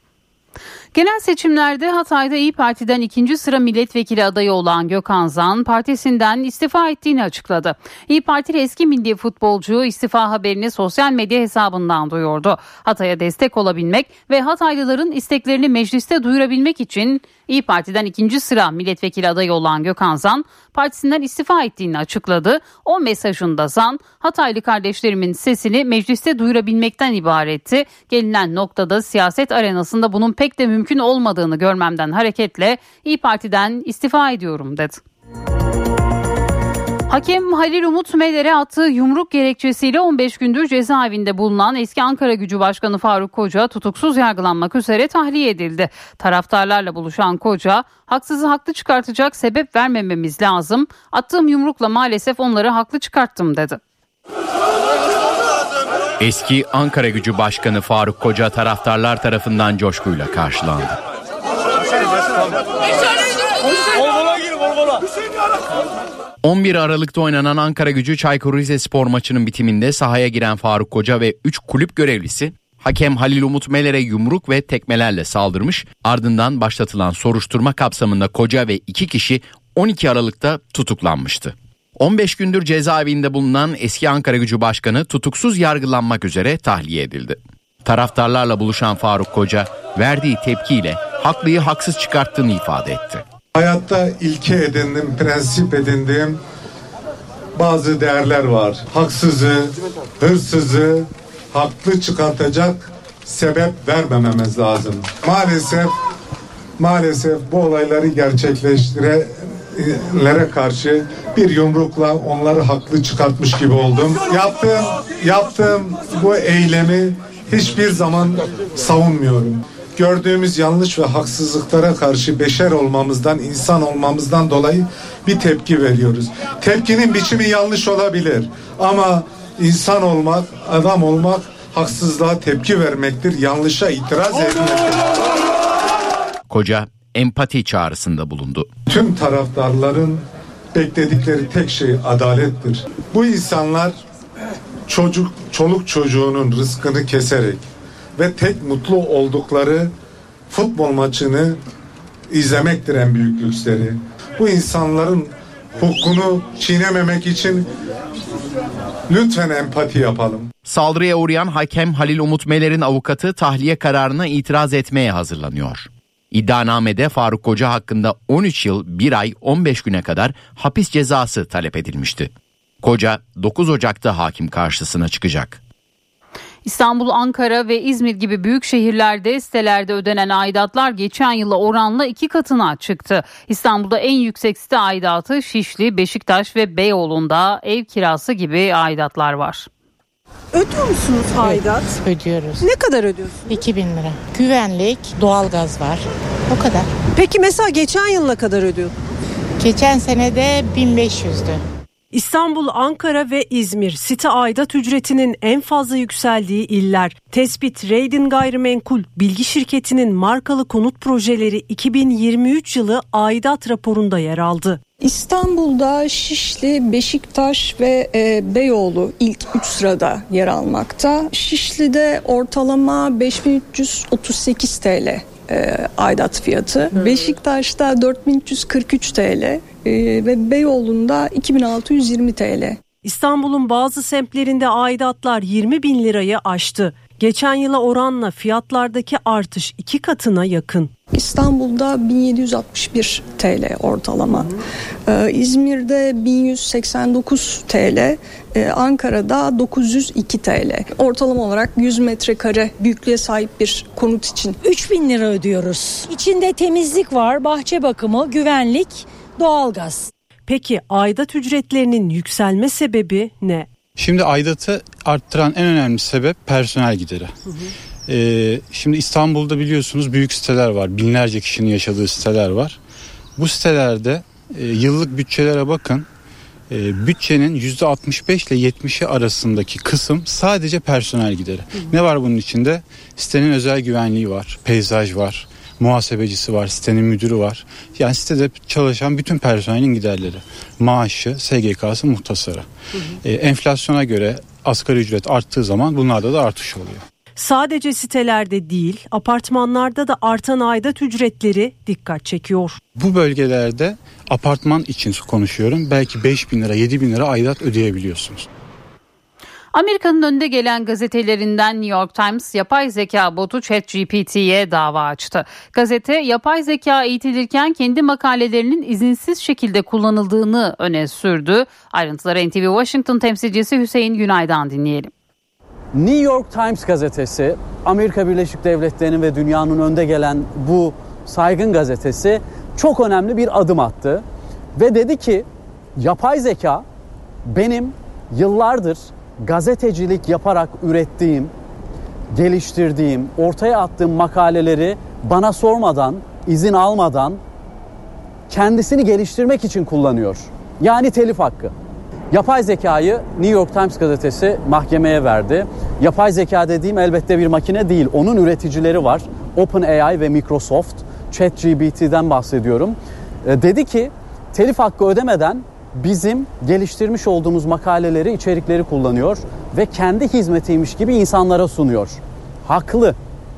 Genel seçimlerde Hatay'da İYİ Parti'den 2. sıra milletvekili adayı olan Gökhan Zan partisinden istifa ettiğini açıkladı. İYİ Partili eski milli futbolcu istifa haberini sosyal medya hesabından duyurdu. Hatay'a destek olabilmek ve Hataylıların isteklerini mecliste duyurabilmek için İYİ Parti'den 2. sıra milletvekili adayı olan Gökhan Zan partisinden istifa ettiğini açıkladı. O mesajında Zan, Hataylı kardeşlerimin sesini mecliste duyurabilmekten ibaretti. Gelinen noktada siyaset arenasında bunun pek de mümkün olmadığını görmemden hareketle İYİ Parti'den istifa ediyorum dedi. Hakem Halil Umut Meler'e attığı yumruk gerekçesiyle 15 gündür cezaevinde bulunan eski Ankaragücü Başkanı Faruk Koca tutuksuz yargılanmak üzere tahliye edildi. Taraftarlarla buluşan Koca, haksızı haklı çıkartacak sebep vermememiz lazım. Attığım yumrukla maalesef onları haklı çıkarttım dedi. Eski Ankaragücü Başkanı Faruk Koca taraftarlar tarafından coşkuyla karşılandı. 11 Aralık'ta oynanan Ankaragücü Çaykur Rizespor maçının bitiminde sahaya giren Faruk Koca ve 3 kulüp görevlisi hakem Halil Umut Meler'e yumruk ve tekmelerle saldırmış. Ardından başlatılan soruşturma kapsamında Koca ve 2 kişi 12 Aralık'ta tutuklanmıştı. 15 gündür cezaevinde bulunan eski Ankaragücü Başkanı tutuksuz yargılanmak üzere tahliye edildi. Taraftarlarla buluşan Faruk Koca verdiği tepkiyle haklıyı haksız çıkarttığını ifade etti. Hayatta ilke edindim, prensip edindiğim bazı değerler var. Haksızı, hırsızı haklı çıkartacak sebep vermememiz lazım. Maalesef bu olayları gerçekleştirenlere karşı bir yumrukla onları haklı çıkartmış gibi oldum. Yaptığım bu eylemi hiçbir zaman savunmuyorum. Gördüğümüz yanlış ve haksızlıklara karşı beşer olmamızdan, insan olmamızdan dolayı bir tepki veriyoruz. Tepkinin biçimi yanlış olabilir ama insan olmak, adam olmak haksızlığa tepki vermektir, yanlışa itiraz etmektir. Koca empati çağrısında bulundu. Tüm taraftarların bekledikleri tek şey adalettir. Bu insanlar çoluk çocuğunun rızkını keserek ve tek mutlu oldukları futbol maçını izlemektir en büyük lüksleri. Bu insanların hukukunu çiğnememek için lütfen empati yapalım. Saldırıya uğrayan hakem Halil Umut Meler'in avukatı tahliye kararına itiraz etmeye hazırlanıyor. İddianamede Faruk Koca hakkında 13 yıl 1 ay 15 güne kadar hapis cezası talep edilmişti. Koca 9 Ocak'ta hakim karşısına çıkacak. İstanbul, Ankara ve İzmir gibi büyük şehirlerde sitelerde ödenen aidatlar geçen yıla oranla 2 katına çıktı. İstanbul'da en yüksek site aidatı Şişli, Beşiktaş ve Beyoğlu'nda ev kirası gibi aidatlar var. Ödüyor musunuz aidat? Evet, ödüyoruz. Ne kadar ödüyorsunuz? 2.000 lira. Güvenlik, doğalgaz var. O kadar. Peki mesela geçen yıl ne kadar ödüyordunuz? Geçen sene de 1500'dü. İstanbul, Ankara ve İzmir site aidat ücretinin en fazla yükseldiği iller. Tespit Raydin Gayrimenkul Bilgi Şirketi'nin markalı konut projeleri 2023 yılı aidat raporunda yer aldı. İstanbul'da Şişli, Beşiktaş ve Beyoğlu ilk 3 sırada yer almakta. Şişli'de ortalama 5338 TL aidat fiyatı. Beşiktaş'ta 4343 TL ve Beyoğlu'nda 2620 TL. İstanbul'un bazı semtlerinde aidatlar 20.000 lirayı aştı. Geçen yıla oranla fiyatlardaki artış 2 katına yakın. İstanbul'da 1761 TL ortalama. İzmir'de 1189 TL, Ankara'da 902 TL. Ortalama olarak 100 metrekare büyüklüğe sahip bir konut için. 3.000 lira ödüyoruz. İçinde temizlik var, bahçe bakımı, güvenlik, doğalgaz. Peki aidat ücretlerinin yükselme sebebi ne? Şimdi aidatı arttıran en önemli sebep personel gideri. Şimdi İstanbul'da biliyorsunuz büyük siteler var. Binlerce kişinin yaşadığı siteler var. Bu sitelerde yıllık bütçelere bakın. Bütçenin %65 ile 70'i arasındaki kısım sadece personel gideri. Ne var bunun içinde? Sitenin özel güvenliği var, peyzaj var, muhasebecisi var, sitenin müdürü var. Yani sitede çalışan bütün personelin giderleri. Maaşı, SGK'sı, muhtasarı. Enflasyona göre asgari ücret arttığı zaman bunlarda da artış oluyor. Sadece sitelerde değil, apartmanlarda da artan aidat ücretleri dikkat çekiyor. Bu bölgelerde apartman için konuşuyorum. Belki 5.000 lira, 7.000 lira aidat ödeyebiliyorsunuz. Amerika'nın önde gelen gazetelerinden New York Times yapay zeka botu ChatGPT'ye dava açtı. Gazete yapay zeka eğitilirken kendi makalelerinin izinsiz şekilde kullanıldığını öne sürdü. Ayrıntıları NTV Washington temsilcisi Hüseyin Günay'dan dinleyelim. New York Times gazetesi, Amerika Birleşik Devletleri'nin ve dünyanın önde gelen bu saygın gazetesi çok önemli bir adım attı. Ve dedi ki yapay zeka benim yıllardır gazetecilik yaparak ürettiğim, geliştirdiğim, ortaya attığım makaleleri bana sormadan, izin almadan kendisini geliştirmek için kullanıyor. Yani telif hakkı. Yapay zekayı New York Times gazetesi mahkemeye verdi. Yapay zeka dediğim elbette bir makine değil. Onun üreticileri var. OpenAI ve Microsoft. ChatGPT'den bahsediyorum. Dedi ki telif hakkı ödemeden bizim geliştirmiş olduğumuz makaleleri, içerikleri kullanıyor ve kendi hizmetiymiş gibi insanlara sunuyor. Haklı.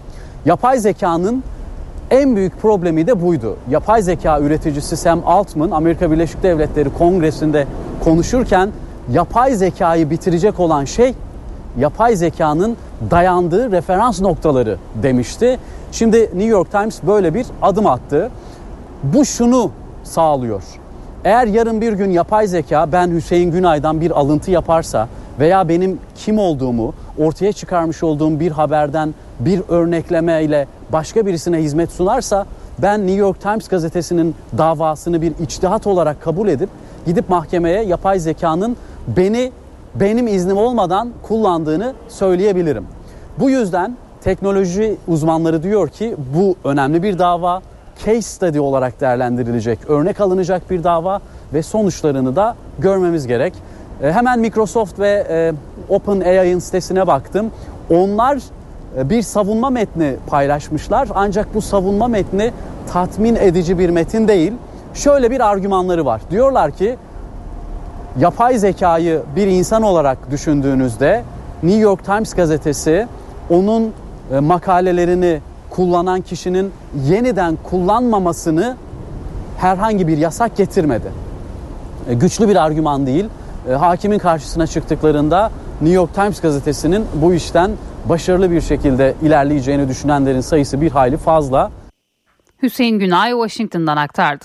Yapay zekanın en büyük problemi de buydu. Yapay zeka üreticisi Sam Altman Amerika Birleşik Devletleri Kongresi'nde konuşurken yapay zekayı bitirecek olan şey yapay zekanın dayandığı referans noktaları demişti. Şimdi New York Times böyle bir adım attı. Bu şunu sağlıyor. Eğer yarın bir gün yapay zeka ben Hüseyin Günay'dan bir alıntı yaparsa veya benim kim olduğumu ortaya çıkarmış olduğum bir haberden bir örneklemeyle başka birisine hizmet sunarsa ben New York Times gazetesinin davasını bir içtihat olarak kabul edip gidip mahkemeye yapay zekanın benim iznim olmadan kullandığını söyleyebilirim. Bu yüzden teknoloji uzmanları diyor ki bu önemli bir dava, case study olarak değerlendirilecek, örnek alınacak bir dava ve sonuçlarını da görmemiz gerek. Hemen Microsoft ve OpenAI'ın sitesine baktım. Onlar bir savunma metni paylaşmışlar ancak bu savunma metni tatmin edici bir metin değil. Şöyle bir argümanları var. Diyorlar ki yapay zekayı bir insan olarak düşündüğünüzde New York Times gazetesi onun makalelerini kullanan kişinin yeniden kullanmamasını herhangi bir yasak getirmedi. Güçlü bir argüman değil. Hakimin karşısına çıktıklarında New York Times gazetesinin bu işten başarılı bir şekilde ilerleyeceğini düşünenlerin sayısı bir hayli fazla. Hüseyin Günay Washington'dan aktardı.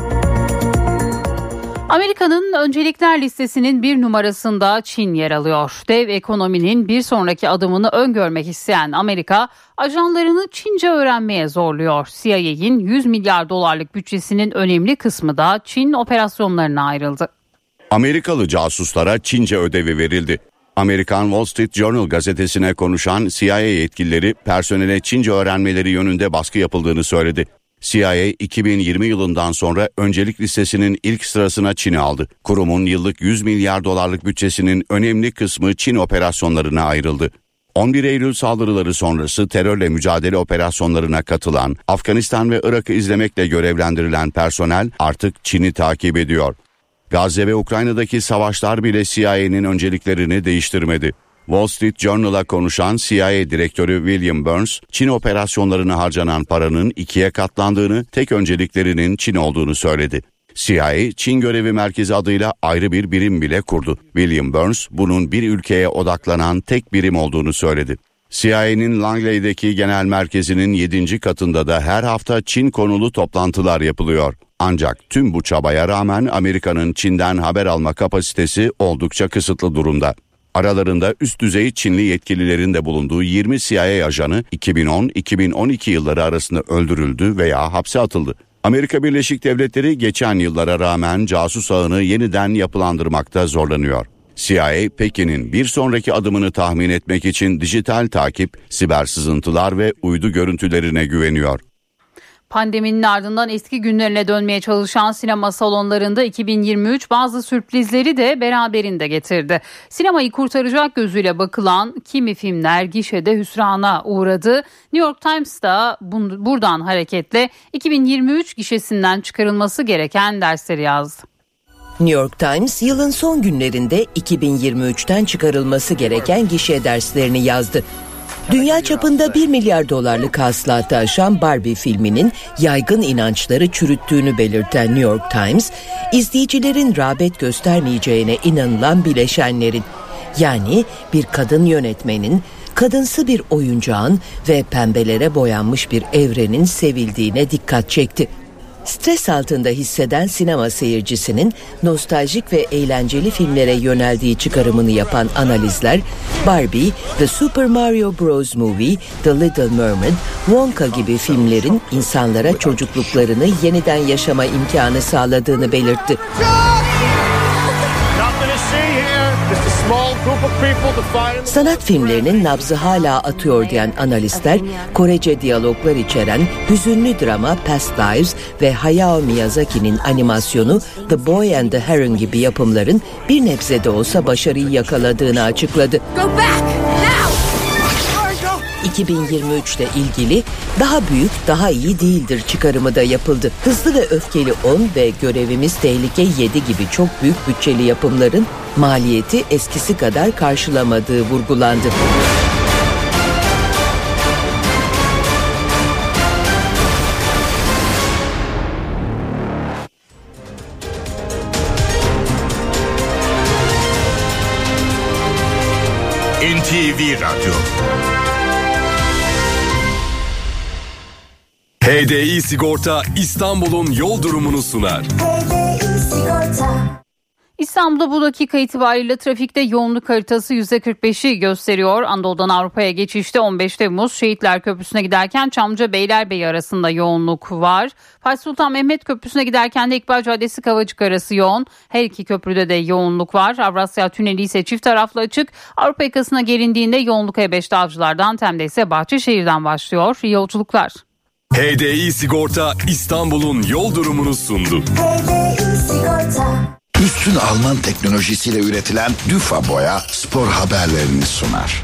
Amerika'nın öncelikler listesinin bir numarasında Çin yer alıyor. Dev ekonominin bir sonraki adımını öngörmek isteyen Amerika, ajanlarını Çince öğrenmeye zorluyor. CIA'in 100 milyar dolarlık bütçesinin önemli kısmı da Çin operasyonlarına ayrıldı. Amerikalı casuslara Çince ödevi verildi. Amerikan Wall Street Journal gazetesine konuşan CIA yetkilileri personele Çince öğrenmeleri yönünde baskı yapıldığını söyledi. CIA 2020 yılından sonra öncelik listesinin ilk sırasına Çin'i aldı. Kurumun yıllık 100 milyar dolarlık bütçesinin önemli kısmı Çin operasyonlarına ayrıldı. 11 Eylül saldırıları sonrası terörle mücadele operasyonlarına katılan, Afganistan ve Irak'ı izlemekle görevlendirilen personel artık Çin'i takip ediyor. Gazze ve Ukrayna'daki savaşlar bile CIA'nin önceliklerini değiştirmedi. Wall Street Journal'a konuşan CIA direktörü William Burns, Çin operasyonlarına harcanan paranın 2'ye katlandığını, tek önceliklerinin Çin olduğunu söyledi. CIA, Çin Görevi Merkezi adıyla ayrı bir birim bile kurdu. William Burns, bunun bir ülkeye odaklanan tek birim olduğunu söyledi. CIA'nin Langley'deki genel merkezinin 7. katında da her hafta Çin konulu toplantılar yapılıyor. Ancak tüm bu çabaya rağmen Amerika'nın Çin'den haber alma kapasitesi oldukça kısıtlı durumda. Aralarında üst düzey Çinli yetkililerin de bulunduğu 20 CIA ajanı 2010-2012 yılları arasında öldürüldü veya hapse atıldı. Amerika Birleşik Devletleri geçen yıllara rağmen casus ağını yeniden yapılandırmakta zorlanıyor. CIA, Pekin'in bir sonraki adımını tahmin etmek için dijital takip, siber sızıntılar ve uydu görüntülerine güveniyor. Pandeminin ardından eski günlerine dönmeye çalışan sinema salonlarında 2023 bazı sürprizleri de beraberinde getirdi. Sinemayı kurtaracak gözüyle bakılan kimi filmler gişede hüsrana uğradı. New York Times da buradan hareketle 2023 gişesinden çıkarılması gereken dersleri yazdı. New York Times yılın son günlerinde 2023'ten çıkarılması gereken gişe derslerini yazdı. Dünya çapında 1 milyar dolarlık hasılatı aşan Barbie filminin yaygın inançları çürüttüğünü belirten New York Times, izleyicilerin rağbet göstermeyeceğine inanılan bileşenlerin, yani bir kadın yönetmenin, kadınsı bir oyuncağın ve pembelere boyanmış bir evrenin sevildiğine dikkat çekti. Stres altında hisseden sinema seyircisinin nostaljik ve eğlenceli filmlere yöneldiği çıkarımını yapan analizler, Barbie, The Super Mario Bros. Movie, The Little Mermaid, Wonka gibi filmlerin insanlara çocukluklarını yeniden yaşama imkanı sağladığını belirtti. Sanat filmlerinin nabzı hala atıyor diyen analistler, Korece diyaloglar içeren hüzünlü drama Past Lives ve Hayao Miyazaki'nin animasyonu The Boy and the Heron gibi yapımların bir nebze de olsa başarıyı yakaladığını açıkladı. 2023'te ilgili daha büyük, daha iyi değildir çıkarımı da yapıldı. Hızlı ve Öfkeli 10 ve Görevimiz Tehlike 7 gibi çok büyük bütçeli yapımların maliyeti eskisi kadar karşılamadığı vurgulandı. NTV Radyo. HDI Sigorta İstanbul'un yol durumunu sunar. İstanbul'da bu dakika itibariyle trafikte yoğunluk haritası %45'i gösteriyor. Anadolu'dan Avrupa'ya geçişte 15 Temmuz Şehitler Köprüsü'ne giderken Çamlıca Beylerbeyi arasında yoğunluk var. Fatih Sultan Mehmet Köprüsü'ne giderken de İkbal Caddesi Kavacık arası yoğun. Her iki köprüde de yoğunluk var. Avrasya Tüneli ise çift taraflı açık. Avrupa yakasına gelindiğinde yoğunluk E5'te Avcılar'dan, Tem'de ise Bahçeşehir'den başlıyor. İyi yolculuklar. HDI Sigorta İstanbul'un yol durumunu sundu. HDI Sigorta. Üstün Alman teknolojisiyle üretilen Düfa Boya spor haberlerini sunar.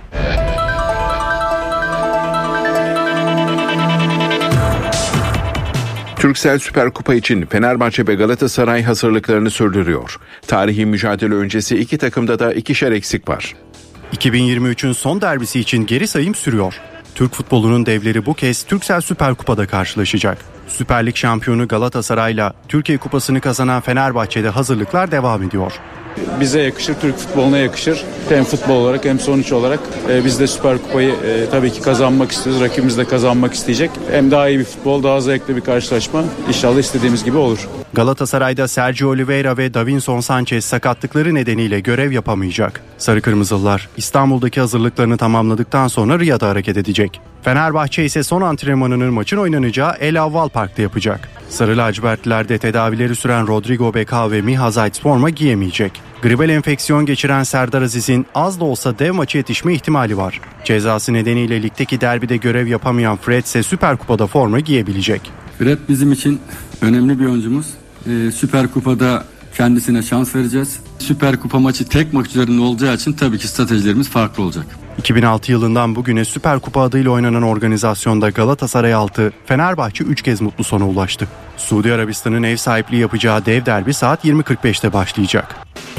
Turkcell Süper Kupa için Fenerbahçe ve Galatasaray hazırlıklarını sürdürüyor. Tarihi mücadele öncesi iki takımda da ikişer eksik var. 2023'ün son derbisi için geri sayım sürüyor. Türk futbolunun devleri bu kez Turkcell Süper Kupa'da karşılaşacak. Süper Lig şampiyonu Galatasaray'la Türkiye Kupası'nı kazanan Fenerbahçe'de hazırlıklar devam ediyor. Bize yakışır, Türk futboluna yakışır. Hem futbol olarak hem sonuç olarak biz de Süper Kupayı tabii ki kazanmak istiyoruz. Rakibimiz de kazanmak isteyecek. Hem daha iyi bir futbol, daha zevkli bir karşılaşma. İnşallah istediğimiz gibi olur. Galatasaray'da Sergio Oliveira ve Davinson Sanchez sakatlıkları nedeniyle görev yapamayacak. Sarı Kırmızılılar İstanbul'daki hazırlıklarını tamamladıktan sonra Riyad'a hareket edecek. Fenerbahçe ise son antrenmanını maçın oynanacağı El Avval Park'ta yapacak. Sarı lacivertlilerde tedavileri süren Rodrigo Becao ve Miha Zayt forma giyemeyecek. Gribel enfeksiyon geçiren Serdar Aziz'in az da olsa dev maçı yetişme ihtimali var. Cezası nedeniyle ligdeki derbide görev yapamayan Fred ise Süper Kupa'da forma giyebilecek. Fred bizim için önemli bir oyuncumuz. Süper Kupa'da kendisine şans vereceğiz. Süper Kupa maçı tek maç üzerinde olacağı için tabii ki stratejilerimiz farklı olacak. 2006 yılından bugüne Süper Kupa adıyla oynanan organizasyonda Galatasaray 6, Fenerbahçe 3 kez mutlu sona ulaştı. Suudi Arabistan'ın ev sahipliği yapacağı dev derbi saat 20.45'te başlayacak.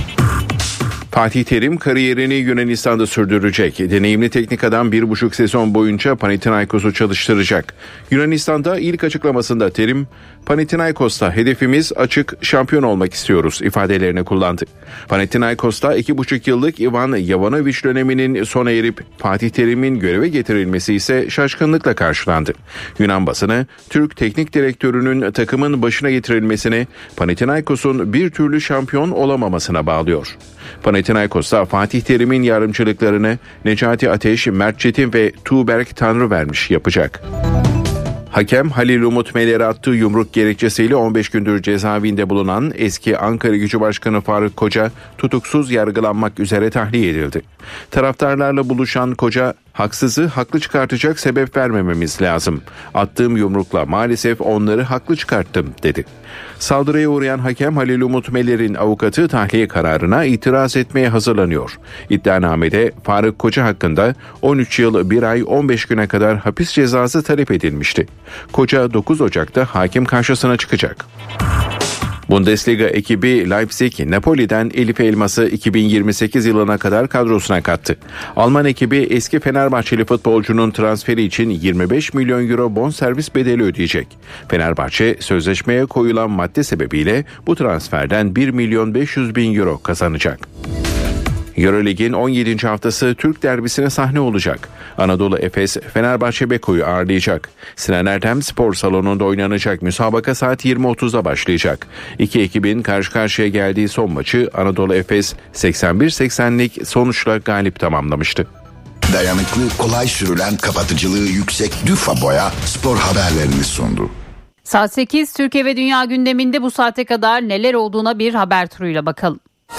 Fatih Terim kariyerini Yunanistan'da sürdürecek. Deneyimli teknik adam 1,5 sezon boyunca Panathinaikos'u çalıştıracak. Yunanistan'da ilk açıklamasında Terim, "Panathinaikos'ta hedefimiz açık, şampiyon olmak istiyoruz" ifadelerini kullandı. Panathinaikos'ta 2,5 yıllık Ivan Yovanovic döneminin sona erip Fatih Terim'in göreve getirilmesi ise şaşkınlıkla karşılandı. Yunan basını Türk teknik direktörünün takımın başına getirilmesini Panathinaikos'un bir türlü şampiyon olamamasına bağlıyor. Panathinaikos'ta Fatih Terim'in yardımcılıklarını Necati Ateş, Mert Çetin ve Tuğberk Tanrıvermiş yapacak. Hakem Halil Umut Meler'e attığı yumruk gerekçesiyle 15 gündür cezaevinde bulunan eski Ankaragücü Başkanı Faruk Koca tutuksuz yargılanmak üzere tahliye edildi. Taraftarlarla buluşan Koca, "Haksızı haklı çıkartacak sebep vermememiz lazım. Attığım yumrukla maalesef onları haklı çıkarttım" dedi. Saldırıya uğrayan hakem Halil Umut Meler'in avukatı tahliye kararına itiraz etmeye hazırlanıyor. İddianamede Faruk Koca hakkında 13 yıl 1 ay 15 güne kadar hapis cezası talep edilmişti. Koca 9 Ocak'ta hakim karşısına çıkacak. Bundesliga ekibi Leipzig, Napoli'den Elif Elmas'ı 2028 yılına kadar kadrosuna kattı. Alman ekibi eski Fenerbahçeli futbolcunun transferi için 25 milyon euro bonservis bedeli ödeyecek. Fenerbahçe sözleşmeye koyulan madde sebebiyle bu transferden 1 milyon 500 bin euro kazanacak. Eurolig'in 17. haftası Türk derbisine sahne olacak. Anadolu Efes, Fenerbahçe Beko'yu ağırlayacak. Sinan Erdem Spor Salonu'nda oynanacak müsabaka saat 20.30'da başlayacak. İki ekibin karşı karşıya geldiği son maçı Anadolu Efes 81-80'lik sonuçla galip tamamlamıştı. Dayanıklı, kolay sürülen, kapatıcılığı yüksek Düfa Boya spor haberlerini sundu. Saat 8, Türkiye ve Dünya gündeminde bu saate kadar neler olduğuna bir haber turuyla bakalım.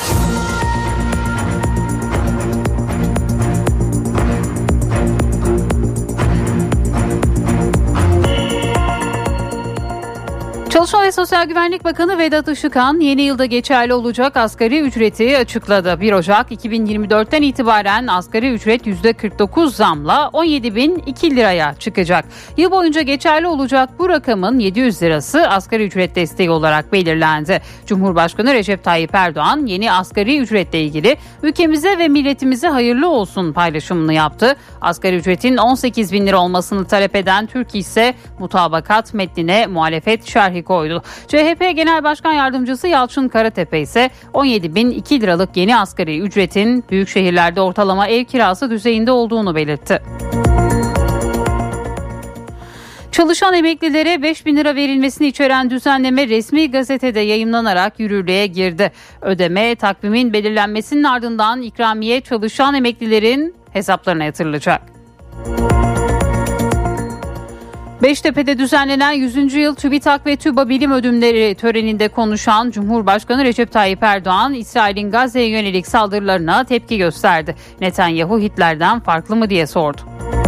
Çalışma ve Sosyal Güvenlik Bakanı Vedat Işıkhan yeni yılda geçerli olacak asgari ücreti açıkladı. 1 Ocak 2024'ten itibaren asgari ücret %49 zamla 17.002 liraya çıkacak. Yıl boyunca geçerli olacak bu rakamın 700 lirası asgari ücret desteği olarak belirlendi. Cumhurbaşkanı Recep Tayyip Erdoğan yeni asgari ücretle ilgili ülkemize ve milletimize hayırlı olsun paylaşımını yaptı. Asgari ücretin 18.000 lira olmasını talep eden Türk ise mutabakat metnine muhalefet şerhi koydu. CHP Genel Başkan Yardımcısı Yalçın Karatepe ise 17.002 liralık yeni asgari ücretin büyük şehirlerde ortalama ev kirası düzeyinde olduğunu belirtti. Çalışan emeklilere 5.000 lira verilmesini içeren düzenleme resmi gazetede yayımlanarak yürürlüğe girdi. Ödeme takvimin belirlenmesinin ardından ikramiye çalışan emeklilerin hesaplarına yatırılacak. Beştepe'de düzenlenen 100. yıl TÜBİTAK ve TÜBA bilim ödülleri töreninde konuşan Cumhurbaşkanı Recep Tayyip Erdoğan, İsrail'in Gazze'ye yönelik saldırılarına tepki gösterdi. Netanyahu Hitler'den farklı mı diye sordu.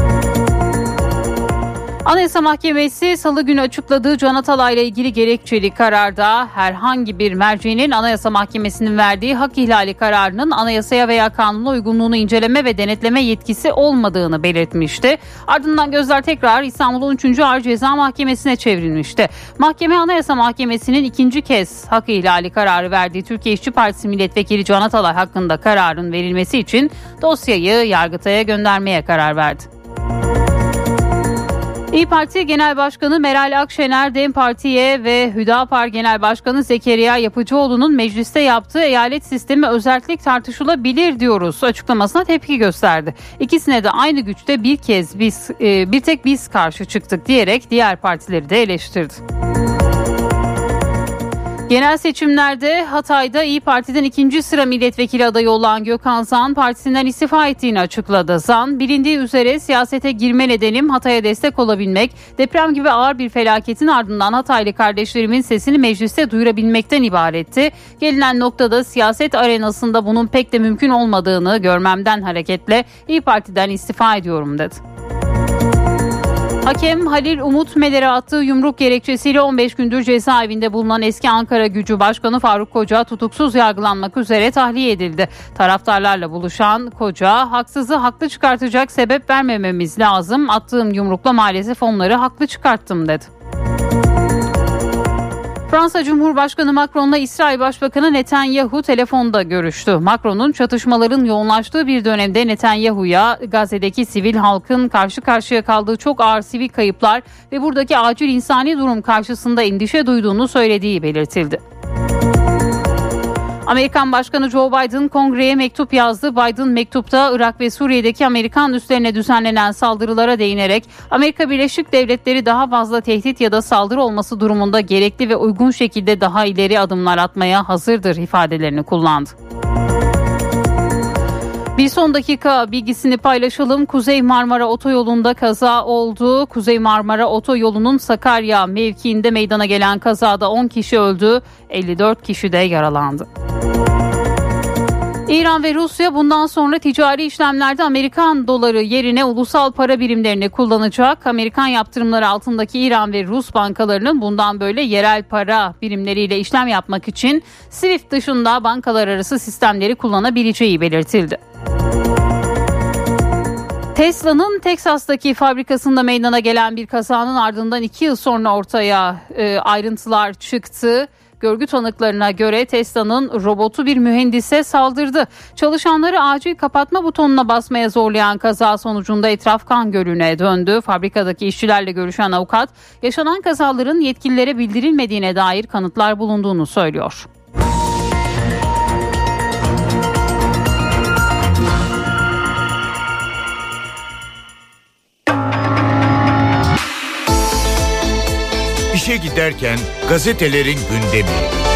Anayasa Mahkemesi Salı günü açıkladığı Can Atalay ile ilgili gerekçeli kararda herhangi bir mercinin Anayasa Mahkemesi'nin verdiği hak ihlali kararının anayasaya veya kanuna uygunluğunu inceleme ve denetleme yetkisi olmadığını belirtmişti. Ardından gözler tekrar İstanbul 13. Ağır Ceza Mahkemesi'ne çevrilmişti. Mahkeme Anayasa Mahkemesi'nin ikinci kez hak ihlali kararı verdiği Türkiye İşçi Partisi Milletvekili Can Atalay hakkında kararın verilmesi için dosyayı Yargıtay'a göndermeye karar verdi. İYİ Parti Genel Başkanı Meral Akşener, DEM Parti'ye ve Hüdapar Genel Başkanı Zekeriya Yapıcıoğlu'nun mecliste yaptığı eyalet sistemi özellik tartışılabilir diyoruz açıklamasına tepki gösterdi. İkisine de aynı güçte bir tek biz karşı çıktık diyerek diğer partileri de eleştirdi. Genel seçimlerde Hatay'da İYİ Parti'den 2. sıra milletvekili adayı olan Gökhan Zan partisinden istifa ettiğini açıkladı. Zan, bilindiği üzere siyasete girme nedenim Hatay'a destek olabilmek, deprem gibi ağır bir felaketin ardından Hataylı kardeşlerimin sesini mecliste duyurabilmekten ibaretti. Gelinen noktada siyaset arenasında bunun pek de mümkün olmadığını görmemden hareketle İYİ Parti'den istifa ediyorum dedi. Hakem Halil Umut Meler'e attığı yumruk gerekçesiyle 15 gündür cezaevinde bulunan eski Ankara Gücü Başkanı Faruk Koca tutuksuz yargılanmak üzere tahliye edildi. Taraftarlarla buluşan Koca, haksızı haklı çıkartacak sebep vermememiz lazım. Attığım yumrukla maalesef onları haklı çıkarttım dedi. Fransa Cumhurbaşkanı Macron'la İsrail Başbakanı Netanyahu telefonda görüştü. Macron'un çatışmaların yoğunlaştığı bir dönemde Netanyahu'ya Gazze'deki sivil halkın karşı karşıya kaldığı çok ağır sivil kayıplar ve buradaki acil insani durum karşısında endişe duyduğunu söylediği belirtildi. Amerikan Başkanı Joe Biden kongreye mektup yazdı. Biden mektupta Irak ve Suriye'deki Amerikan üslerine düzenlenen saldırılara değinerek Amerika Birleşik Devletleri daha fazla tehdit ya da saldırı olması durumunda gerekli ve uygun şekilde daha ileri adımlar atmaya hazırdır ifadelerini kullandı. Bir son dakika bilgisini paylaşalım. Kuzey Marmara Otoyolu'nda kaza oldu. Kuzey Marmara Otoyolu'nun Sakarya mevkiinde meydana gelen kazada 10 kişi öldü, 54 kişi de yaralandı. İran ve Rusya bundan sonra ticari işlemlerde Amerikan doları yerine ulusal para birimlerini kullanacak. Amerikan yaptırımları altındaki İran ve Rus bankalarının bundan böyle yerel para birimleriyle işlem yapmak için SWIFT dışında bankalar arası sistemleri kullanabileceği belirtildi. Tesla'nın Teksas'taki fabrikasında meydana gelen bir kazanın ardından 2 yıl sonra ortaya ayrıntılar çıktı. Görgü tanıklarına göre Tesla'nın robotu bir mühendise saldırdı. Çalışanları acil kapatma butonuna basmaya zorlayan kaza sonucunda etraf kan gölüne döndü. Fabrikadaki işçilerle görüşen avukat, yaşanan kazaların yetkililere bildirilmediğine dair kanıtlar bulunduğunu söylüyor. İşe giderken gazetelerin gündemi.